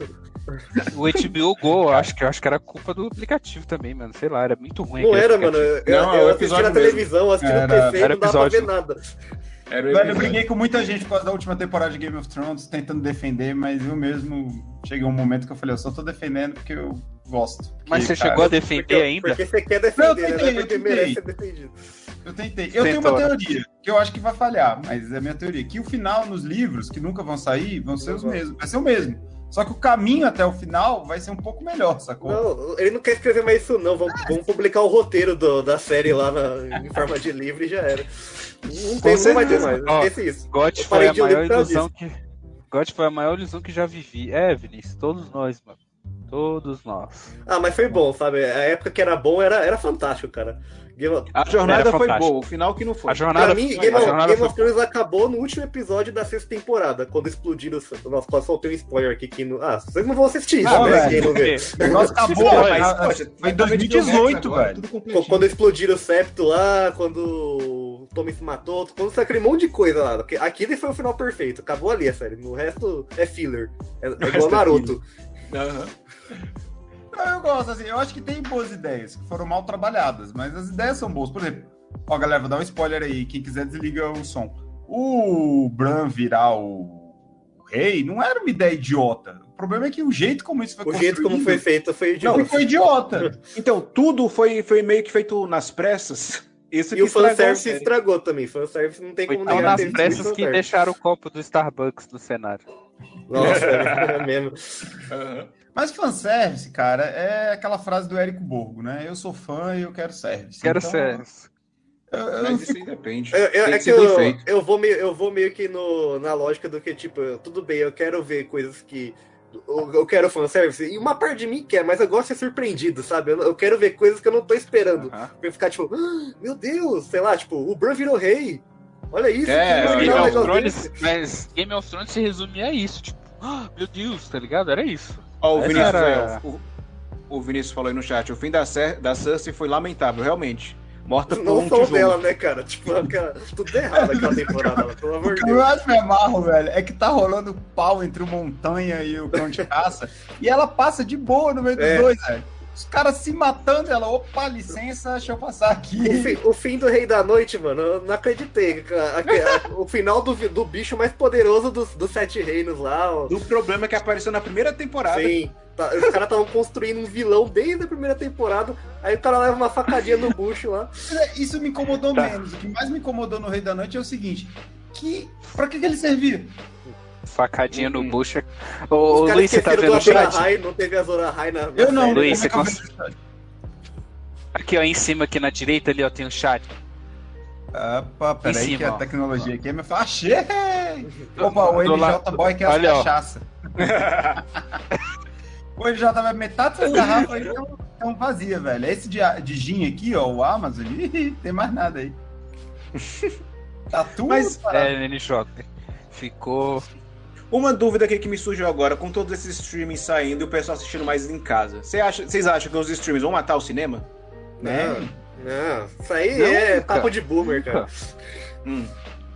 O H B O Go, eu acho que, eu acho que era culpa do aplicativo também, mano. Sei lá, era muito ruim. Não aquele era, mano. aplicativo. Eu, Não, é eu o assisti episódio na mesmo. televisão, assisti no Era- P C e era não dava pra ver episódio. nada. Era o Velho, eu episódio. briguei com muita gente por causa da última temporada de Game of Thrones, tentando defender, mas eu mesmo cheguei um momento que eu falei, eu só tô defendendo porque eu gosto. Mas Porque, você cara, chegou a defender Porque, ainda? porque você quer Não, eu defender, né? tentei, Não é porque eu tentei. merece ser defendido. Eu tentei. Eu tenho uma Tentou, né? teoria, que eu acho que vai falhar, mas é a minha teoria, que o final nos livros, que nunca vão sair, vão ser Não os vão. mesmos. Vai ser o mesmo. Só que o caminho até o final vai ser um pouco melhor, sacou? Não, ele não quer escrever mais isso, não. Vamos, vamos publicar o roteiro do- da série lá na- em forma de livro e já era. Não tem, não vai ter mais. Ó, Esquece isso. God Eu foi parei a de ler maior por causa ilusão que. God foi a maior ilusão que já vivi. É, Vinícius, todos nós, mano. Todos nós. Ah, mas foi bom, sabe? A época que era bom era, era fantástico, cara. Game of... A jornada Era foi fantástico. boa, o final que não foi. A jornada, Pra mim, foi- Game, a of, jornada Game foi of Thrones acabou no último episódio da sexta temporada, quando explodiram os... Nossa, quase soltei um spoiler aqui que não... Ah, vocês não vão assistir isso, Ah, né? velho. Quem não vê. O negócio acabou, Pô, mas, mas, poxa, foi em vai dois mil e dezoito, agora, velho. tudo Qu- completinho. Quando explodiram o septo lá, quando o Tommy se matou, quando saiu aquele monte de coisa lá. Porque aquele foi o final perfeito, acabou ali a série. O resto é filler. É, é igual resto é Naruto. Aham. Não, eu gosto, assim, eu acho que tem boas ideias, que foram mal trabalhadas, mas as ideias são boas. Por exemplo, ó, galera, vou dar um spoiler aí, quem quiser desliga o som. O Bran virar o rei não era uma ideia idiota. O problema é que o jeito como isso foi O jeito como foi feito foi idiota. Não, foi idiota. Então, tudo foi, foi meio que feito nas pressas. Isso E que o estragou a fanservice série. estragou também. Fanservice não tem Foi como tão negar. nas teve pressas muito que fanservice. deixaram o copo do Starbucks no cenário. Nossa, é mesmo. Aham. Mas fanservice, cara, é aquela frase do Érico Borgo, né? Eu sou fã e eu quero service. Quero Então, ser. Eu, eu Mas isso fico... aí depende. Eu, eu- Tem é que que ser bem eu, feito. eu, vou meio, eu vou meio que no, na lógica do que, tipo, eu- tudo bem, eu quero ver coisas que. Eu, eu quero fanservice, e uma parte de mim quer, mas eu gosto de ser surpreendido, sabe? Eu, eu quero ver coisas que eu não tô esperando. Aham. Pra eu ficar tipo, "Ah, meu Deus, sei lá, tipo, o Bran virou rei. Olha isso, É, que Game Game legal, of legal Thrones, desse." mas Game of Thrones se resumia a isso, tipo, "Ah, meu Deus, tá ligado? Era isso. Ó, o Essa Vinícius, era- aí, ó, o, o Vinícius falou aí no chat, o fim da, Cer- da Cersei foi lamentável, realmente. Morta por Não um só tijolo. dela, né, cara? Tipo, aquela, tudo errado naquela temporada, lá, pelo amor O de que eu Deus. acho me amarro, velho, é que tá rolando pau entre o Montanha e o Cão de Caça, e ela passa de boa no meio dos É. dois, velho. Os caras se matando, ela, opa, licença, deixa eu passar aqui. O, fi- o fim do Rei da Noite, mano, eu não acreditei. A- a- a- o final do, vi- do bicho mais poderoso dos, dos Sete Reinos lá. ó. Do problema que apareceu na primeira temporada. Sim, tá- os caras estavam construindo um vilão desde a primeira temporada. Aí o cara leva uma facadinha no bucho lá. Isso me incomodou Tá. menos. O que mais me incomodou no Rei da Noite é o seguinte: que pra que, que ele servia? Facadinha no Uhum. bucho. Os Ô, caras Luiz, você tá esqueceram do vendo o Azor chat? Ahai, não teve Azor Ahai na, na Eu não. série. Luiz, como é você que eu vejo? Aqui, ó, em cima, aqui na direita, ali, ó, tem um chat. Opa, peraí, Em cima, que a ó. tecnologia aqui me fala. Achei! Opa, o Do N J lado- Boy quer as Olha, ó. cachaça. O N J vai metade dessas garrafas aí estão tão vazias, velho. Esse de, de gin aqui, ó, o Amazon, ih, tem mais nada aí. Tá tudo Mas, parado. É, N J. Ficou. Uma dúvida aqui que me surgiu agora, com todos esses streamings saindo e o pessoal assistindo mais em casa. Cê acha- Vocês acham que os streams vão matar o cinema? Não, não, isso aí Não, é nunca. papo de boomer, cara. Nunca. Hum.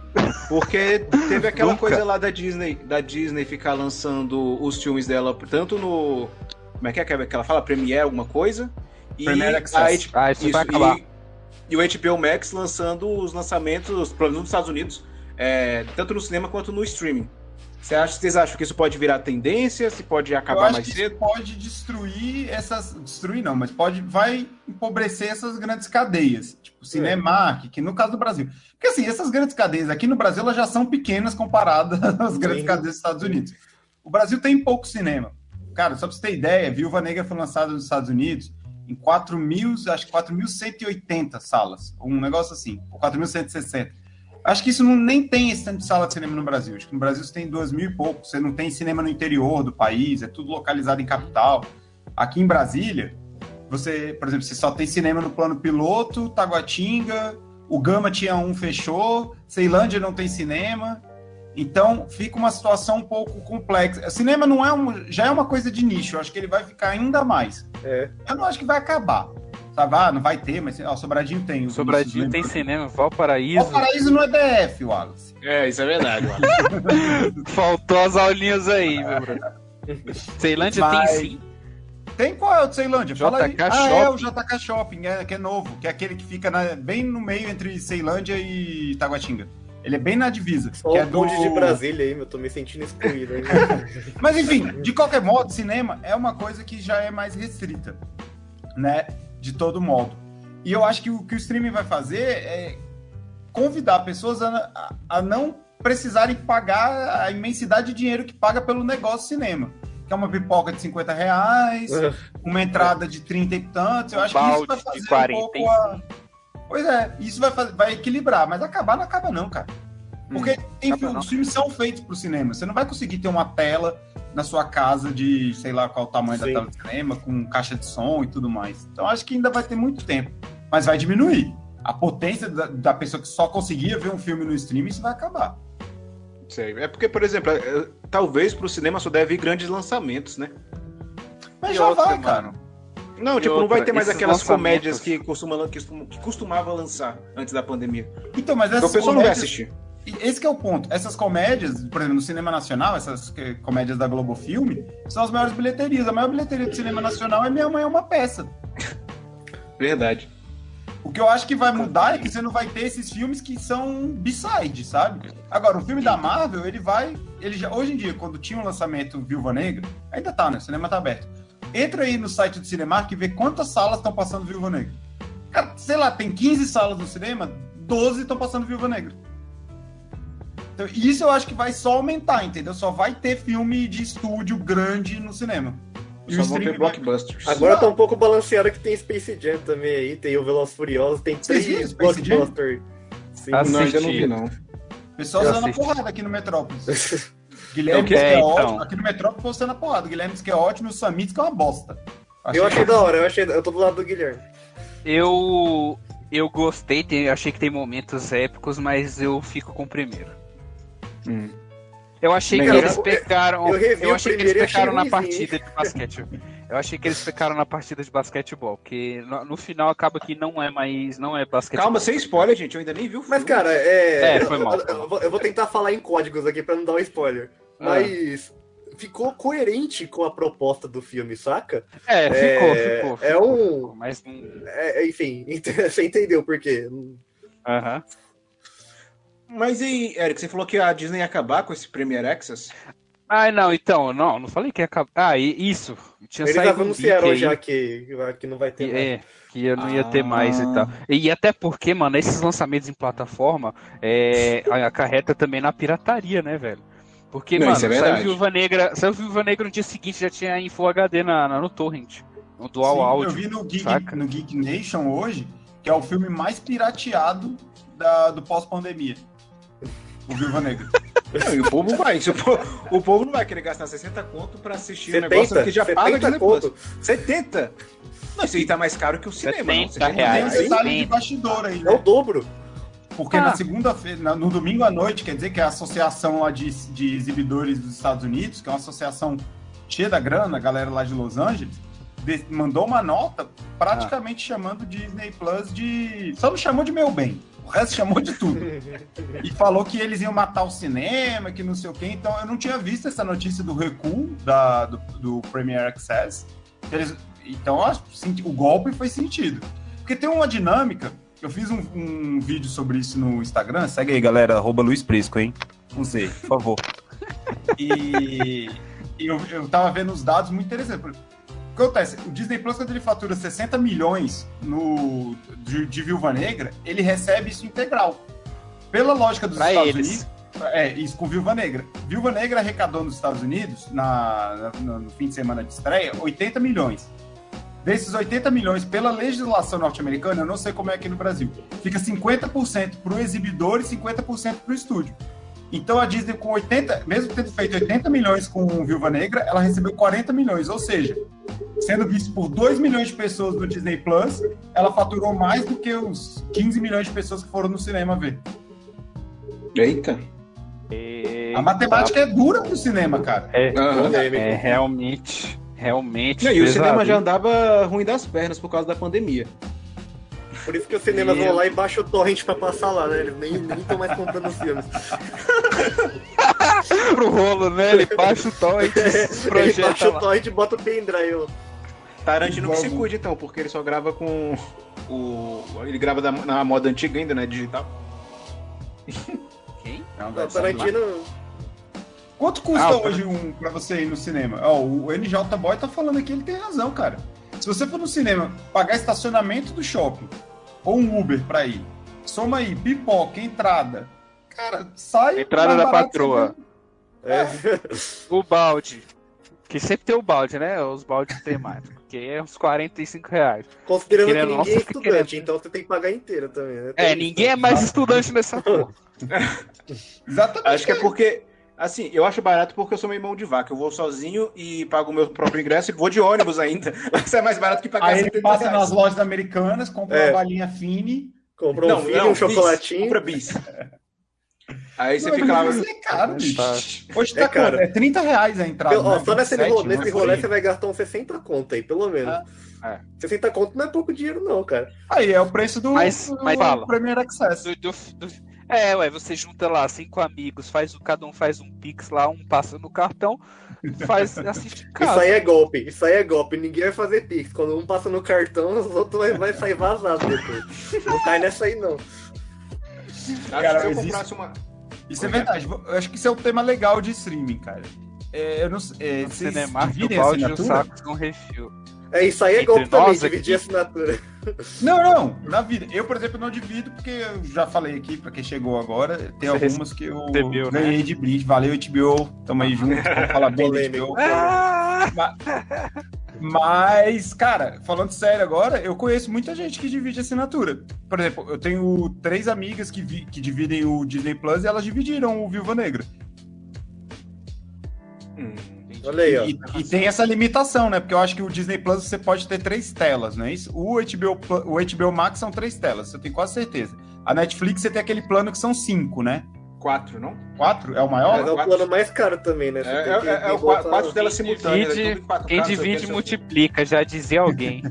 Porque teve aquela Nunca. coisa lá da Disney, da Disney ficar lançando os filmes dela tanto no. Como é que é que ela fala? Premiere, alguma coisa? E Premiere a Access. H- Ah, isso vai acabar. E, e o H B O Max lançando os lançamentos, pelo menos nos Estados Unidos, é, tanto no cinema quanto no streaming. Você acha, vocês acham que isso pode virar tendência? Se pode Eu acabar acho mais que cedo? isso pode destruir essas. Destruir não, mas pode. Vai empobrecer essas grandes cadeias. Tipo, Cinemark, que no caso do Brasil. Porque assim, essas grandes cadeias aqui no Brasil elas já são pequenas comparadas às grandes Sim. cadeias dos Estados Unidos. O Brasil tem pouco cinema. Cara, só pra você ter ideia, Viúva Negra foi lançada nos Estados Unidos em quatro mil, acho que quatro mil cento e oitenta salas. Um negócio assim, ou quatro mil cento e sessenta. Acho que isso não, nem tem esse tanto de sala de cinema no Brasil. Acho que no Brasil você tem duas mil e pouco. Você não tem cinema no interior do país, é tudo localizado em capital. Aqui em Brasília, você, por exemplo, você só tem cinema no plano piloto, Taguatinga, o Gama tinha um, fechou, Ceilândia não tem cinema. Então fica uma situação um pouco complexa. O cinema não é um, já é uma coisa de nicho, eu acho que ele vai ficar ainda mais. É. Eu não acho que vai acabar. Sabe, ah, não vai ter, mas ó, Sobradinho tem. o Sobradinho Vinícius tem lembra. cinema, Valparaíso. O Paraíso não é D F, Wallace. É, isso é verdade, mano. Faltou as aulinhas aí, meu Bruno. Ceilândia Mas- tem sim. Tem qual é o de Ceilândia? Fala aí. J K Ah, é o Shopping. J K Shopping, é, que é novo, que é aquele que fica na- bem no meio entre Ceilândia e Taguatinga. Ele é bem na divisa. Só que o é do... bonde de Brasília aí, meu. Tô me sentindo excluído aí. Mas enfim, de qualquer modo, cinema é uma coisa que já é mais restrita, né? De todo modo. E eu acho que o que o streaming vai fazer é convidar pessoas a, a- a não precisarem pagar a imensidade de dinheiro que paga pelo negócio cinema. Que é uma pipoca de cinquenta reais, uma entrada de trinta e tantos. Eu acho que isso vai Balde de fazer um quarenta e pouco a... Pois é, isso vai, fazer, vai equilibrar, mas acabar não acaba não, cara. Porque Hum, tem dá pra filme- não. os filmes são feitos pro cinema. Você não vai conseguir ter uma tela na sua casa de, sei lá qual o tamanho Sim. da tela de cinema, com caixa de som e tudo mais. Então acho que ainda vai ter muito tempo. Mas vai diminuir. A potência da, da pessoa que só conseguia ver um filme no streaming, isso vai acabar. Sei. É porque, por exemplo, é, talvez pro cinema só deve ir grandes lançamentos, né? Mas E já outra, vai, mano. cara. Não, E tipo, não vai outra, ter mais esses aquelas lançamentos- comédias que, costuma, que, costuma- que costumava lançar antes da pandemia. Então, mas Então essas o pessoal não vai comédias- assistir. Esse que é o ponto. Essas comédias, por exemplo, no cinema nacional, essas que- comédias da Globo Filme, são as maiores bilheterias. A maior bilheteria do cinema nacional é Minha Mãe é uma Peça. Verdade. O que eu acho que vai mudar é que você não vai ter esses filmes que são B-side, sabe? Agora, o filme da Marvel, ele vai... Ele já, hoje em dia, quando tinha o lançamento Viúva Negra, ainda tá, né? O cinema tá aberto. Entra aí no site do Cinemark e vê quantas salas estão passando Viúva Negra. Cara, sei lá, tem quinze salas no cinema, doze estão passando Viúva Negra. Então, isso eu acho que vai só aumentar, entendeu? Só vai ter filme de estúdio grande no cinema. E Só o vão ter streaming vai- blockbusters. Agora tá um pouco balanceado que tem Space Jam também aí, tem o Velozes Furiosos, tem Vocês viram três Space Jam? blockbusters. Sim. Ah, Não, ainda não vi, assisti. não. O pessoal Eu usando a assisti. porrada aqui no Metrópolis. Guilherme É, diz que é então. ótimo. Aqui no Metrópolis você na porrada. Guilherme diz que é ótimo e o Samir diz que é uma bosta. Eu achei da hora, eu, achei, eu tô do lado do Guilherme. Eu, eu gostei, tem- achei que tem momentos épicos, mas eu fico com o primeiro. Hum. Eu achei que Cara, eles eu- pecaram. eu revi Eu o achei que primeiro e eles pecaram achei na ruimzinho. partida de basquete. Eu achei que eles pecaram na partida de basquetebol, porque no, no final acaba que não é mais. Não é basquetebol. Calma, sem spoiler, gente. Eu ainda nem vi o filme. Mas, cara, é. É, foi mal, eu, foi eu mal. vou- eu vou tentar falar em códigos aqui pra não dar um spoiler. Ah. Mas ficou coerente com a proposta do filme, saca? É, ficou, É- ficou, ficou. é um- ficou, mas não. É, enfim, você entendeu por quê. Aham. Mas e, Eric, você falou que a Disney ia acabar com esse Premier Access? Ah, não, então, não, não falei que ia acabar. Ah, e- isso. Tinha Eles saído um anunciaram leak aí. já que, que não vai ter Que, mais. é, que eu não ia ter Ah. mais e tal. E até porque, mano, esses lançamentos em plataforma é, acarreta também na pirataria, né, velho? Porque, Não, mano, isso é saiu verdade. Viúva Negra, saiu Viúva Negra no dia seguinte, já tinha em Full H D na, na- no Torrent. No Dual Sim, Audio. eu vi no Geek, saca? no Geek Nation hoje, que é o filme mais pirateado da- do pós-pandemia. O Viúva Negra. Não, e o povo vai. Se O povo, o povo não vai querer gastar sessenta conto pra assistir um negócio setenta, que já paga setenta Disney Plus. conto. setenta? Não, isso aí tá mais caro que o cinema, não. setenta Tem um reais. detalhe de Sim. bastidor aí, É o né? dobro. Porque Ah. na segunda-feira, na- no domingo à noite, quer dizer que a associação lá de, de exibidores dos Estados Unidos, que é uma associação cheia da grana, a galera lá de Los Angeles, de- mandou uma nota praticamente chamando Disney Plus de. Só não chamou de meu bem. O resto chamou de tudo. E falou que eles iam matar o cinema, que não sei o quê. Então eu não tinha visto essa notícia do recuo da, do, do Premier Access. Eles, então eu acho que o golpe foi sentido. Porque tem uma dinâmica. Eu fiz um, um vídeo sobre isso no Instagram. Segue aí, galera. Arroba Luiz Prisco, hein? Não sei, por favor. E, e eu, eu tava vendo os dados muito interessantes. O que acontece? O Disney Plus, quando ele fatura sessenta milhões no, de, de Viúva Negra, ele recebe isso integral. Pela lógica dos Pra Estados eles. Unidos. É, isso com Viúva Negra. Viúva Negra arrecadou nos Estados Unidos, na, na- no fim de semana de estreia, oitenta milhões. Desses oitenta milhões, pela legislação norte-americana, eu não sei como é aqui no Brasil, fica cinquenta por cento para o exibidor e cinquenta por cento para o estúdio. Então a Disney, com oitenta, mesmo tendo feito oitenta milhões com Viúva Negra, ela recebeu quarenta milhões, ou seja, sendo visto por dois milhões de pessoas no Disney Plus, ela faturou mais do que os quinze milhões de pessoas que foram no cinema ver. Eita. A matemática é dura pro cinema, cara. É, Aham. é realmente, realmente. Não, e o pesado, cinema já hein? andava ruim das pernas por causa da pandemia. Por isso que os cinemas Meu. vão lá e baixam o torrent pra passar lá, né? Eles nem estão mais comprando os filmes. Pro rolo, né? Ele baixa o tom e Ele projeta baixa o lá. torrent e bota o pendrive. Tarantino que se Igual- cuide, então, porque ele só grava com o... Ele grava da- na moda antiga ainda, né? Digital. Quem? Não, O vai sair lá. Tarantino. Quanto custa Ah, o hoje um pra você ir no cinema? Ó, o N J Boy tá falando aqui, ele tem razão, cara. Se você for no cinema, pagar estacionamento do shopping ou um Uber pra ir, soma aí, pipoca, entrada. Cara, sai. Entrada mais da barato patroa. que você É. O balde. Que sempre tem o balde, né? Os baldes temáticos. Que é uns quarenta e cinco reais. Considerando que Querendo, ninguém é nossa, estudante, querendo. então você tem que pagar inteira também, né? É, Tem ninguém é isso. mais estudante nessa porra. Exatamente. Acho que é porque, assim, eu acho barato porque eu sou meio mão de vaca. Eu vou sozinho e pago o meu próprio ingresso e vou de ônibus ainda. Isso é mais barato que pagar Aí ele setenta passa reais. nas lojas americanas, compra É. uma balinha fine. Comprou um Não, filho, não, um chocolatinho. bis. Compra bis. Aí você Não, fica lá... mas isso é caro, bicho. Tá. Hoje tá É caro. quanto? É trinta reais a entrada. Pelo- ó, né? só nesse, vinte e sete, rolê, nesse não rolê sei. você vai gastar uns sessenta conto aí, pelo menos. Ah. É. sessenta conto não é pouco dinheiro, não, cara. Aí é o preço do, Mas- do mas fala. Premier Access. Do- do- do- É, ué, você junta lá cinco amigos, faz o, cada um faz um pix lá, um passa no cartão, faz, assiste em casa. Isso aí é golpe, isso aí é golpe. Ninguém vai fazer pix. Quando um passa no cartão, os outros vai, vai sair vazado depois. Não cai nessa aí, não. Acho Cara, que se eu existe- comprasse uma... Isso é verdade. Eu acho que isso é um tema legal de streaming, cara. É, eu não sei. É, No vocês Cinemark, o dividem a balde e o assinatura? saco com refil. É, isso aí é Entre golpe também, nós dividir aqui- assinatura. Não, não, na vida. Eu, por exemplo, não divido porque eu já falei aqui pra quem chegou agora. Tem Você algumas que eu recebeu, né? ganhei de brinde. Valeu, H B O. Tamo aí junto. Vamos falar bem da H B O. Ah! Mas, cara, falando sério agora, eu conheço muita gente que divide assinatura. Por exemplo, eu tenho três amigas que, vi- que dividem o Disney Plus e elas dividiram o Viúva Negra. Hum. Olha aí, ó. E, e tem essa limitação, né? Porque eu acho que o Disney Plus você pode ter três telas, não é isso? O H B O, Plu- o H B O Max são três telas, eu tenho quase certeza. A Netflix você tem aquele plano que são cinco, né? Quatro, não? Quatro? É o Mas maior? é o plano mais caro também, né? É, Você é, tem que- é, é tem o que qua- botar- quatro telas simultâneas. divide- é tudo em quatro Quem K, não sei o que, divide não sei o que. multiplica, já dizia alguém.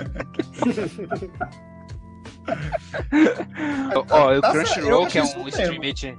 Ó, o Tá certo, eu Crunchyroll, acho que é isso um mesmo. streamer de.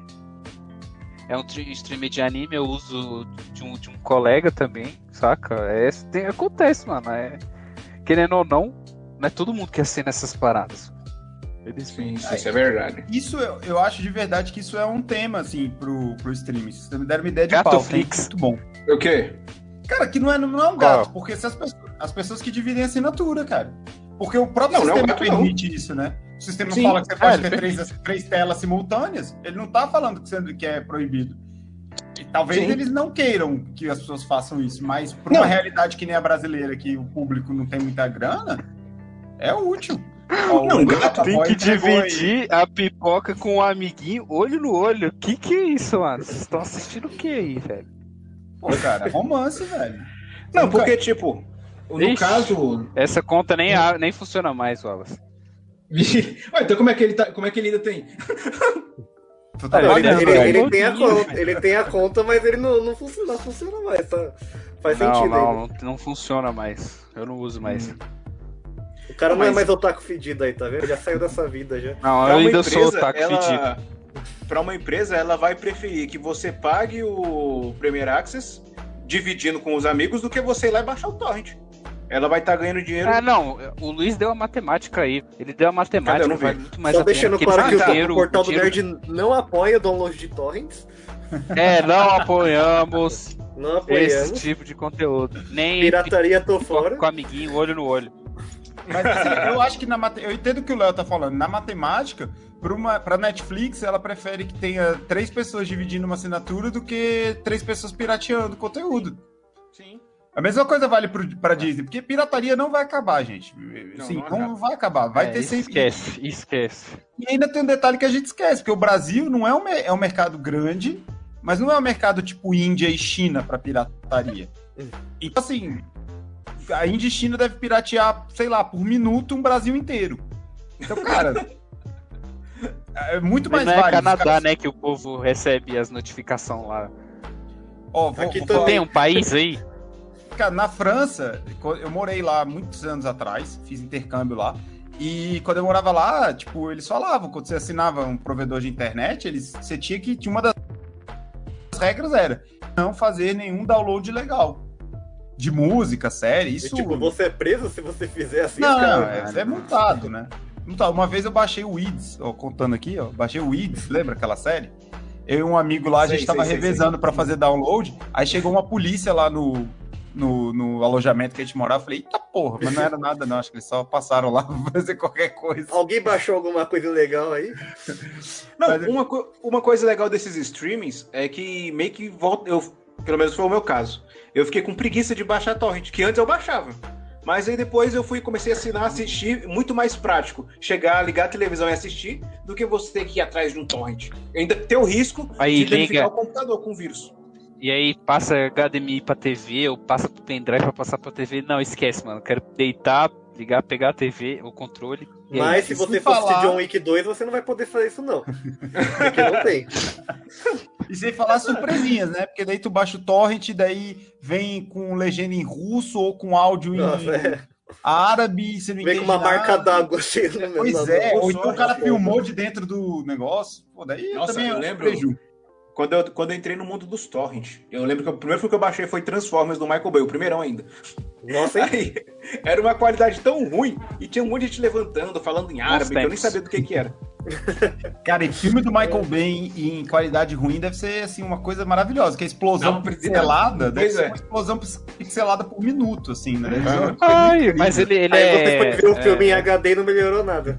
É um tri- streamer de anime, eu uso de um, de um colega também, saca? É, tem- acontece, mano. É, querendo ou não, não é todo mundo que assina essas paradas. Eles Sim, sim, isso é verdade. Isso eu, eu acho de verdade que isso é um tema, assim, pro, pro streaming. Se vocês me deram uma ideia de pauta, hein? Gatoflix. Muito bom. O quê? Cara, que não é, não é um gato, Qual? porque se as, pessoas, as pessoas que dividem assinatura, cara. Porque o próprio Não, não é um sistema gato, não. permite isso, né? O sistema Sim. fala que você pode É, ele ter três, três telas simultâneas, ele não tá falando que, você- que é proibido. E talvez Sim. eles não queiram que as pessoas façam isso, mas para Não. uma realidade que nem a brasileira, que o público não tem muita grana, é útil. Ó, Não, o gato Boy Tem que entregou aí. dividir a pipoca com o amiguinho olho no olho. Que que é isso, mano? Vocês estão assistindo o que aí, velho? Pô, cara, romance, velho. Não, Nunca- porque, tipo, no Ixi. caso... Essa conta nem, a- nem funciona mais, Wallace. Ué, então como é que ele tá, como é que ele ainda tem? Tu tá Ele- Ele, pagando, ele- velho. ele tem a Todinho, conta, ele tem a conta, mas ele não, não, funciona, não funciona mais. Tá? Faz Não, sentido não, ainda. não, não funciona mais. Eu não uso mais. Hum. O cara não é Mas- mais otaku fedido aí, tá vendo? Já saiu dessa vida já. Não, Pra eu uma ainda sou empresa, otaku ela- fedido. Pra uma empresa, ela vai preferir que você pague o Premier Access dividindo com os amigos do que você ir lá e baixar o torrent. Ela vai estar ganhando dinheiro. Ah, não, o Luiz deu a matemática aí. Ele deu a matemática, Cadê? Eu não vi. vale muito mais Só a pena. deixando porque claro ele que o, faz Ah, dinheiro, o portal o do dinheiro- Nerd não apoia o download de torrents. É, não apoiamos Não esse apoiamos. tipo de conteúdo. Nem Pirataria, tô pipoca fora. com amiguinho, olho no olho. Mas assim, eu acho que na mate... eu entendo o que o Léo tá falando. Na matemática, para uma para Netflix, ela prefere que tenha três pessoas dividindo uma assinatura do que três pessoas pirateando conteúdo. Sim. A mesma coisa vale pro, pra Disney, porque pirataria não vai acabar, gente. Não, Sim, não não, vai acabar. Vai É, ter sempre. Esquece, esquece. E ainda tem um detalhe que a gente esquece, porque o Brasil não é um, me- é um mercado grande, mas não é um mercado tipo Índia e China para pirataria. Então, assim, a Índia e China deve piratear, sei lá, por minuto um Brasil inteiro. Então, cara, é muito mais Mas não é válido. os Canadá, caras- né, que o povo recebe as notificações lá. Ó, vou, Aqui vou também. falar- Tem um país aí? Cara, na França, eu morei lá muitos anos atrás, fiz intercâmbio lá. E quando eu morava lá, tipo, eles falavam, quando você assinava um provedor de internet, eles, você tinha que. Tinha uma das regras era não fazer nenhum download ilegal. De música, série, E, isso. tipo, você é preso se você fizer assim. Não, cara. não, é, é multado, né? Multado. Uma vez eu baixei o Weeds, ó, contando aqui, ó, baixei o Weeds, lembra aquela série? Eu e um amigo lá, a Sei, gente tava sei, sei, revezando pra fazer download, aí chegou uma polícia lá no, no, no alojamento que a gente morava, eu falei, eita porra, mas não era nada não, acho que eles só passaram lá pra fazer qualquer coisa. Alguém baixou alguma coisa legal aí? Não, Mas- uma, co- uma coisa legal desses streamings é que meio que volta. Eu Pelo menos foi o meu caso. Eu fiquei com preguiça de baixar torrent, que antes eu baixava. Mas aí depois eu fui comecei a assinar, assistir, muito mais prático. Chegar, ligar a televisão e assistir, do que você ter que ir atrás de um torrent. Ainda tem o risco aí, de danificar liga. o computador com vírus. E aí passa H D M I pra T V, ou passa pro pendrive pra passar pra T V. Não, esquece, mano. Quero deitar, ligar, pegar a T V, o controle. Mas aí, se se você for falar- assistir John Wick dois, você não vai poder fazer isso, não. Porque não tem. E sem falar surpresinhas, né? Porque daí tu baixa o torrent, daí vem com legenda em russo ou com áudio em Nossa, é. árabe, você não Vem com entende uma marca nada. d'água assim. né? Pois Não, é, não, ou então o cara não. filmou de dentro do negócio. Pô, daí Nossa, também eu é um lembro- preju. Quando eu, quando eu entrei no mundo dos torrents, eu lembro que o primeiro filme que eu baixei foi Transformers, do Michael Bay, o primeirão ainda. Nossa, hein? Aí, era uma qualidade tão ruim, e tinha um monte de gente levantando, falando em árabe, que eu nem tempos. sabia do que que era. Cara, e filme do Michael Bay em, em qualidade ruim deve ser assim uma coisa maravilhosa, que a explosão Não, pixelada deve pois ser é. uma explosão pix- pixelada por minuto, assim, né? Deve ser uma coisa Ai, incrível. mas ele, ele Aí é. você foi ver o filme é, em H D e não melhorou nada.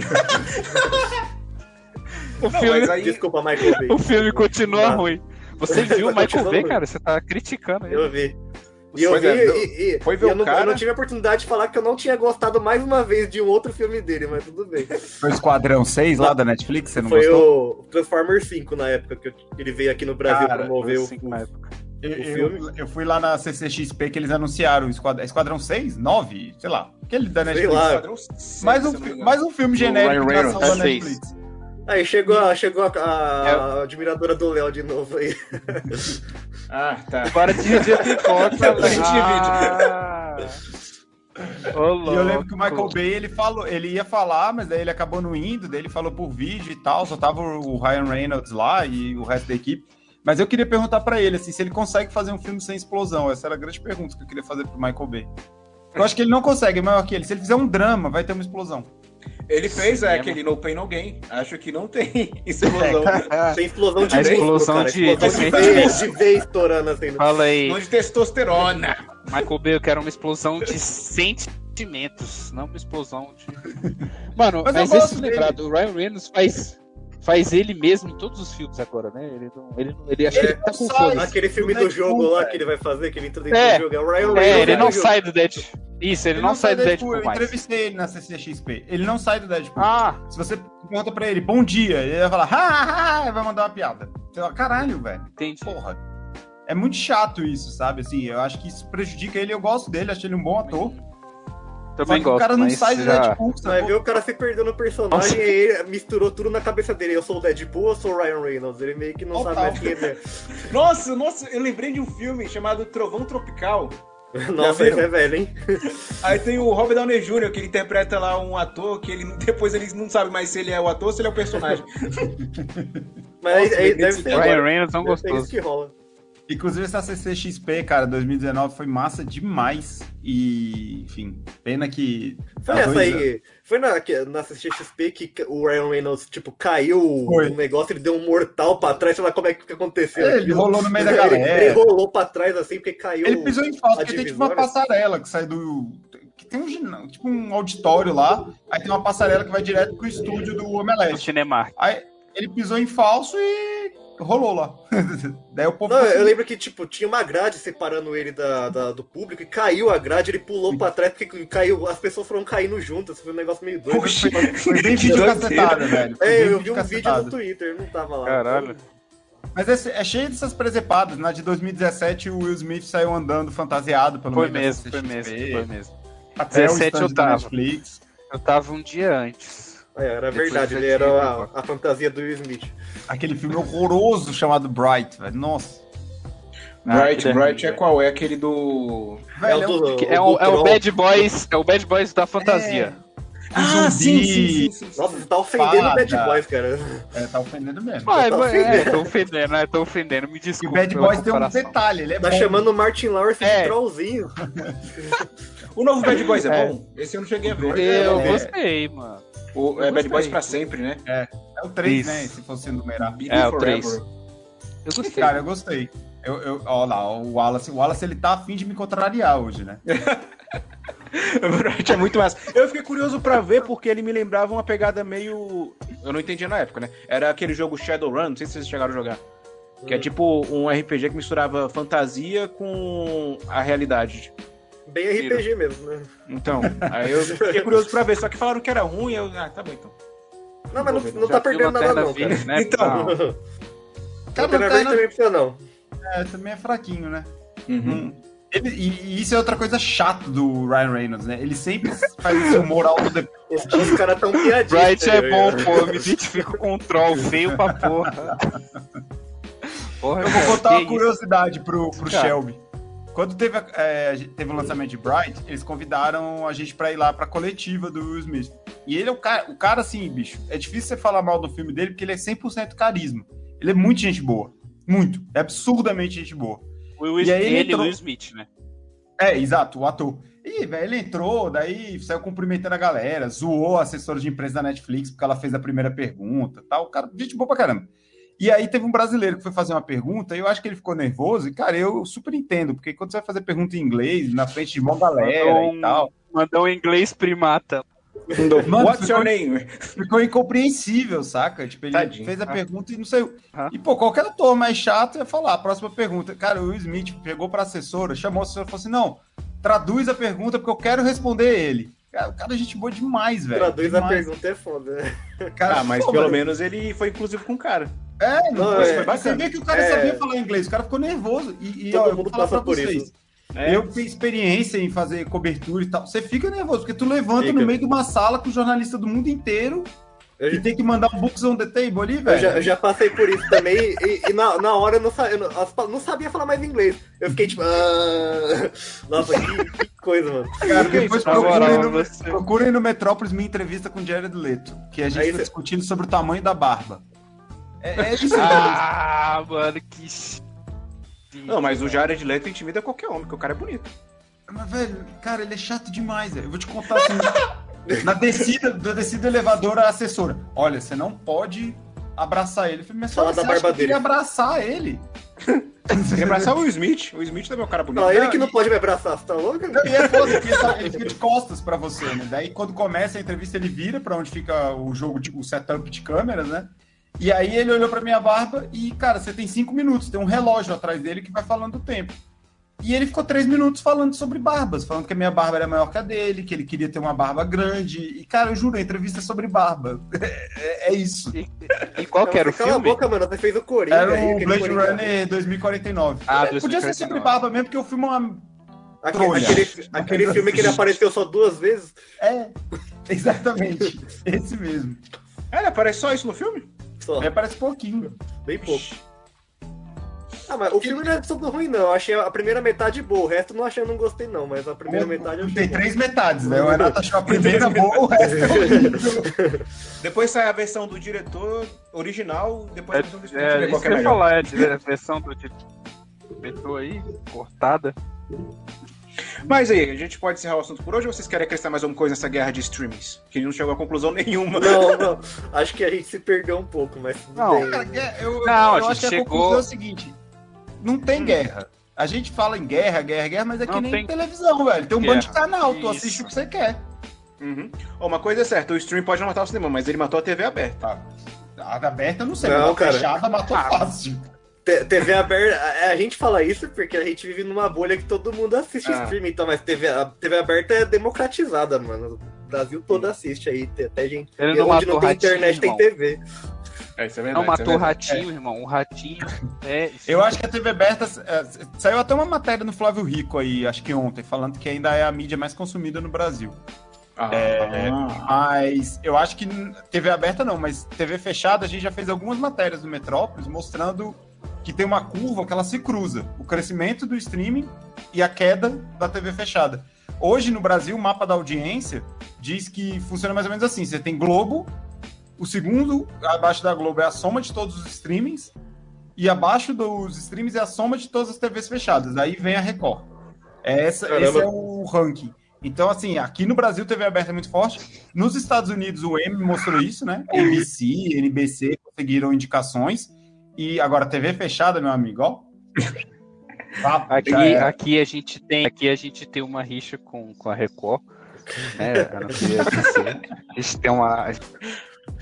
o, Não, filme, mas aí- Desculpa, Michael Bay. o filme continua Nada. ruim. Você viu o Michael Continua Bay, ruim. cara? Você tá criticando ele. Eu vi. E eu Pois vi, é, e, eu- e- foi e ver eu, o não, cara- eu não tive a oportunidade de falar que eu não tinha gostado mais uma vez de um outro filme dele, mas tudo bem. Foi o Esquadrão seis lá da Netflix, você não Foi gostou? o Transformers cinco na época que eu- que ele veio aqui no Brasil Cara, promover o, Assim, na época. Eu, o eu- filme? eu fui lá na C C X P que eles anunciaram o Esquadrão, Esquadrão seis? nove? Sei lá. Aquele da Sei Netflix. lá. Padrão seis, Mais um, se eu não me fi- engano. mais um filme genérico Ryan de ação Reynolds, da seis. Netflix. Aí chegou a, chegou a, a- É. a admiradora do Léo de novo aí. Ah, tá. Agora dividir a pipoca. A gente ah. Ô, E eu lembro que o louco. Michael Bay, ele falou, ele ia falar, mas daí ele acabou não indo, daí ele falou por vídeo e tal, só tava o Ryan Reynolds lá e o resto da equipe. Mas eu queria perguntar pra ele, assim, se ele consegue fazer um filme sem explosão. Essa era a grande pergunta que eu queria fazer pro Michael Bay. Eu acho que ele não consegue, é maior que ele. Se ele fizer um drama, vai ter uma explosão. Ele fez é, Cinema. aquele No Pain No Gain. Acho que não tem explosão. Tem explosão de A vez, explosão cara. de- explosão de de vez, de vez estourando assim. Fala aí. Não de testosterona. Michael Bay, eu quero uma explosão de sentimentos, não uma explosão de. Mano, Mas eu mas, gosto esse dele. lembrado, o Ryan Reynolds faz, faz ele mesmo em todos os filmes agora, né? Ele não. Ele, não, ele acho que É, ele tá com sai. foda. Aquele filme Do do Deadpool, jogo lá velho. que ele vai fazer, que ele entra dentro É. do jogo. É o Ryan É, Reynolds. ele não do jogo. sai do Deadpool. Isso, ele, não, sai do Deadpool, Eu mais. entrevistei ele na C C X P. Ele não sai do Deadpool. Ah, Se você pergunta pra ele, bom dia, ele vai falar, ha, ha, ha, e vai mandar uma piada. Você fala, caralho, velho. entendi. Porra. É muito chato isso, sabe? Assim, eu acho que isso prejudica ele. Eu gosto dele, acho ele um bom ator. Só Também que gosto, o cara não mas sai do já... Deadpool, Você vai sabe? ver o cara se perdendo no personagem Nossa. e ele misturou tudo na cabeça dele. Eu sou o Deadpool, eu sou o Ryan Reynolds. Ele meio que não Total. sabe mais quem ele é. Nossa, nossa, eu lembrei de um filme chamado Trovão Tropical. Nossa, viram? esse é velho, hein? Aí tem o Robert Downey Júnior, que ele interpreta lá um ator que ele depois ele não sabe mais se ele é o ator ou se ele é o personagem. Mas aí, Nossa, aí lembrei deve desse ser cara. Ryan agora. Reynolds é um Deve ser isso gostoso. que rola. Inclusive essa C C X P, cara, dois mil e dezenove foi massa demais. E, enfim, pena que. Foi há nessa dois anos- aí, foi na, que- na C C X P que o Ryan Reynolds, tipo, caiu Foi. um negócio, ele deu um mortal pra trás, sei lá como é que aconteceu. É, ele aquilo. rolou no meio da Ele- galera. Ele, rolou pra trás assim, porque caiu. Ele pisou em falso, a porque tem tipo uma divisória. passarela que sai do. Que tem um, gina- tipo um auditório lá, aí tem uma passarela que vai direto pro estúdio do No Omelete. Cinemark. Aí ele pisou em falso e rolou lá. Daí o povo. Não, conseguiu- eu lembro que, tipo, tinha uma grade separando ele da, da- do público e caiu a grade, ele pulou pra trás, porque caiu, as pessoas foram caindo juntas, foi um negócio meio doido. Foi, foi bem vídeo cacetada, velho. Foi É, bem eu vi um vídeo cacetada. no Twitter, não tava lá. Caralho. Mas é, é cheio dessas presepadas. Na de dois mil e dezessete, o Will Smith saiu andando fantasiado pelo Foi meio da mesmo, foi C C X P. mesmo, foi mesmo. Até o dezessete stand eu da tava. Netflix. Eu tava um dia antes. É, era Depois verdade, já ele tinha era ido a, embora. a fantasia do Will Smith. Aquele filme horroroso chamado Bright, velho. Nossa. Ah, Bright, que Bright derrame, é qual? É aquele do. Velho, é o do, Que É o, do é o Tron. Bad Boys, é o Bad Boys da fantasia. Ah, sim, sim, sim, sim. Nossa, você tá ofendendo o Bad Fada. Boys, cara. É, tá ofendendo mesmo. Ah, tá é, ofendendo. é, tô ofendendo, né? Tô ofendendo, me E o desculpa. Bad pela Boys tem um comparação. detalhe, ele é Tá bom. chamando o Martin Lawrence É. de trollzinho. O novo Bad Boys é, É. bom? Esse eu não cheguei a ver. Eu É, gostei, mano. o, é Bad Boys pra sempre, né? É o três, Isso. né? Se fosse numerar. Be É, o Forever. três. Eu gostei. Cara, eu gostei. Eu, eu, ó lá, o Wallace, o Wallace ele tá afim de me contrariar hoje, né? O Bright é muito massa. Eu fiquei curioso pra ver porque ele me lembrava uma pegada meio. Eu não entendia na época, né? Era aquele jogo Shadowrun, não sei se vocês chegaram a jogar. Que é tipo um R P G que misturava fantasia com a realidade. Bem R P G mesmo, né? Então, aí eu fiquei curioso pra ver, só que falaram que era ruim, eu... Ah, tá bom então. Não, mas não, ver, não tá perdendo nada não, Verde, cara. né? Então. Não. Cara, Lanterna Verde também precisa não. É, também é fraquinho, né? Uhum. Hum. Ele, e, e isso é outra coisa chata do Ryan Reynolds, né? Ele sempre faz esse humor alto. Os, os caras tão piadinhos. Bright é né? bom, pô. Eu me identifico com o troll, feio pra porra. Porra, Eu vou cara, contar que uma isso? curiosidade pro, pro Cara. Shelby. Quando teve, a- é, teve o lançamento de Bright, eles convidaram a gente pra ir lá pra coletiva do Will Smith. E ele é o cara, o cara assim, bicho, é difícil você falar mal do filme dele porque ele é cem por cento carisma. Ele é muito gente boa. Muito. É absurdamente gente boa. O Will E aí Smith, ele ele e o entrou- Will Smith, né? É, exato, o ator. E, velho, ele entrou, daí saiu cumprimentando a galera, zoou a assessora de imprensa da Netflix porque ela fez a primeira pergunta, tal. O cara, gente boa pra caramba. E aí teve um brasileiro que foi fazer uma pergunta e eu acho que ele ficou nervoso. E, cara, eu super entendo, porque quando você vai fazer pergunta em inglês, na frente de mó galera Mandou e um- tal, Mandou um inglês primata. Mano, What's ficou- your name? ficou incompreensível, saca? Tipo, ele Tadinho. fez a Ah. pergunta e não saiu. Ah. E, pô, qualquer ator mais chato ia falar, a próxima pergunta. Cara, o Will Smith pegou pra assessora, chamou a assessora e falou assim, não, traduz a pergunta porque eu quero responder ele. Cara, o cara é gente boa demais, velho. Traduz a demais. pergunta é foda, né? Cara, Ah, mas pô, pelo velho, menos ele foi inclusivo com o cara. É, não, Não, foi, é, foi bacana. Você vê que o cara é. sabia falar inglês, o cara ficou nervoso. E, e Todo ó, eu mundo vou falar passa pra por vocês. isso. É. Eu tenho experiência em fazer cobertura e tal. Você fica nervoso, porque tu levanta Fica. no meio de uma sala com jornalista do mundo inteiro Eu, e tem que mandar um books on the table ali, eu velho. já, eu já passei por isso também e, e na, na hora eu não, sa- eu não, as pa- não sabia falar mais inglês. Eu fiquei tipo... Ah... Nossa, que, que coisa, mano. Cara, Que depois isso, na procurem, moral, no, você- procurem no Metrópolis minha entrevista com o Jared Leto, que a gente Aí foi cê- discutindo sobre o tamanho da barba. É, é isso mesmo. Ah, mano, que... Não, mas o Jared Leto intimida qualquer homem, porque o cara é bonito. Mas, velho, cara, ele é chato demais, velho. Eu vou te contar assim. na descida, na descida do elevador, a assessora. Olha, você não pode abraçar ele. Eu falei, mas Fala você da acha barba que eu queria dele. abraçar ele? Tem que abraçar o Will Smith. O Smith também é um cara bonito. Não, ele Não, que não e- pode me abraçar, você tá louco? Não, e é foda, porque ele, tá- ele fica de costas pra você, né? Daí, quando começa a entrevista, ele vira pra onde fica o jogo, de, o setup de câmeras, né? E aí ele olhou pra minha barba e, cara, você tem cinco minutos, tem um relógio atrás dele que vai falando o tempo. E ele ficou três minutos falando sobre barbas, falando que a minha barba era maior que a dele, que ele queria ter uma barba grande. E, cara, eu juro, a entrevista é sobre barba. É, é isso. E, e qual que era o Cala a filme? boca, mano, você fez o Coringa. Era aí, o aquele Blade Coringa. Runner dois mil e quarenta e nove. Ah, Podia ser dois mil e quarenta e sobre nove. barba mesmo, porque o filme é uma... Aquele, Trolha. aquele, aquele filme que ele apareceu só duas vezes. É, exatamente. Esse mesmo. É, ele aparece só isso no filme? Só, É, parece pouquinho. bem pouco. Ah, mas o filme não é tudo ruim, não. Eu achei a primeira metade boa. O resto não achei, não gostei, não. Mas a primeira metade eu achei Tem boa. três metades, né? O Renato achou a primeira boa, o resto é horrível. Depois sai a versão do diretor original, depois a versão do É, estúdio, é qual isso que que é eu ia melhor. falar, é a versão do diretor aí, cortada. Mas aí, a gente pode encerrar o assunto por hoje ou vocês querem acrescentar mais alguma coisa nessa guerra de streamings? Que não chegou a conclusão nenhuma. Não, não. Acho que a gente se perdeu um pouco, mas tudo Não, bem. Cara, é- eu, Não, eu a acho que gente a chegou- conclusão é o seguinte: não tem guerra. A gente fala em guerra, guerra, guerra, mas é que Não nem tem televisão, velho. Tem um guerra. bando de canal, tu Isso. assiste o que você quer. Uhum. Ó, uma coisa é certa, o stream pode não matar o cinema, mas ele matou a T V aberta. A aberta eu não sei, Não, mas a cara. fechada matou Ah, fácil. T- T V aberta, a a gente fala isso porque a gente vive numa bolha que todo mundo assiste Ah. streaming, então, mas T V, a T V aberta é democratizada, mano. O Brasil todo assiste aí, tem até gente. Ele e não onde matou não tem ratinho, internet, irmão. tem T V. É, isso é verdade. Não isso é matou o verdade. ratinho, irmão. O ratinho é. Eu acho que a T V aberta. é, saiu até uma matéria no Flávio Rico aí, acho que ontem, falando que ainda é a mídia mais consumida no Brasil. Ah, É, Mas eu acho que T V aberta não, mas T V fechada a gente já fez algumas matérias do Metrópolis mostrando que tem uma curva que ela se cruza. O crescimento do streaming e a queda da T V fechada. Hoje no Brasil, o mapa da audiência diz que funciona mais ou menos assim. Você tem Globo, o segundo abaixo da Globo é a soma de todos os streamings e abaixo dos streamings é a soma de todas as T Vs fechadas. Aí vem a Record. É essa, Caramba. esse é o ranking. Então, assim, aqui no Brasil, T V aberta é muito forte. Nos Estados Unidos, o M mostrou isso, né? A B C, N B C conseguiram indicações. E agora, T V fechada, meu amigo, ó. Papo, Aqui, já era. aqui a gente tem, aqui a gente tem uma rixa com, com a Record, né? A não ser a B C. A gente tem uma,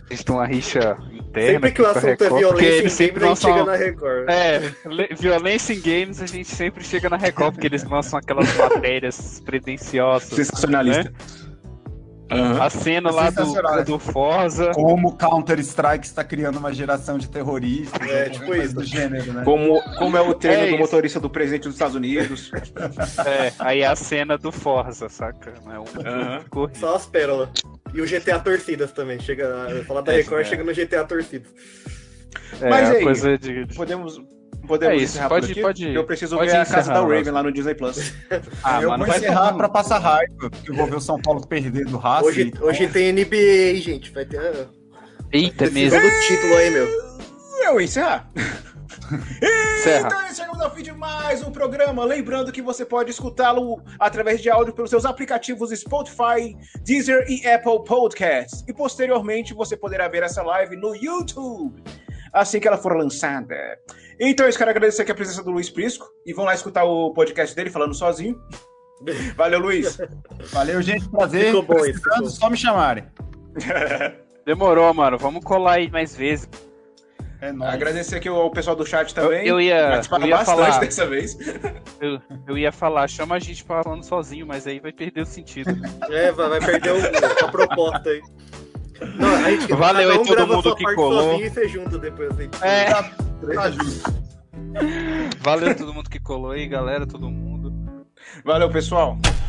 Existe uma rixa interna. Sempre que o aqui com a assunto é Record, porque violência eles em sempre games, a gente lançam- chega na Record. É, le- violência em games a gente sempre chega na Record, porque eles lançam aquelas matérias pretenciosas. Sensacionalista. né? Aham. A cena É lá sensacional. do, do Forza. Como Counter-Strike está criando uma geração de terroristas. É, ou tipo coisa isso. do gênero, né? Como, como é o treino É do isso. motorista do presidente dos Estados Unidos. É, aí é a cena do Forza, saca? É um Aham. corrido. Só as pérolas. E o G T A Torcidas também. Chega, eu falar da É, Record, é. chega no G T A Torcidas. É, Mas a aí, coisa de. de- Podemos, podemos É isso, encerrar pode- por aqui? pode- Eu preciso pode ver a casa encerrar, da Rafa. Raven lá no Disney Plus. Ah, eu mano, vou vai encerrar tomar- pra passar raiva, porque eu vou ver o São Paulo perder do Racing. Hoje, então- hoje tem N B A, gente. Vai ter. ah, Eita, Decisão mesmo. do título aí, meu. Eu vou encerrar. Encerra. Então chegamos ao fim de mais um programa. Lembrando que você pode escutá-lo através de áudio pelos seus aplicativos Spotify, Deezer e Apple Podcasts. E posteriormente você poderá ver essa live no YouTube, assim que ela for lançada. Então eu quero agradecer aqui a presença do Luiz Prisco. E vão lá escutar o podcast dele falando sozinho. Valeu, Luiz. Valeu, gente. Prazer. Ficou bom isso, Precisando, ficou. só me chamarem. Demorou, mano. Vamos colar aí mais vezes. É nóis. Agradecer aqui ao pessoal do chat também. Eu- eu ia- Participaram eu ia bastante falar. dessa vez. Eu, eu ia falar, chama a gente pra falando sozinho, mas aí vai perder o sentido. É, vai, vai perder o- a proposta aí. Não, a gente, Valeu cada aí um todo grava a mundo sua que parte colou. sozinho e você junta depois. Assim. É. Tá, tá justo. Valeu todo mundo que colou aí, galera, todo mundo. Valeu, pessoal.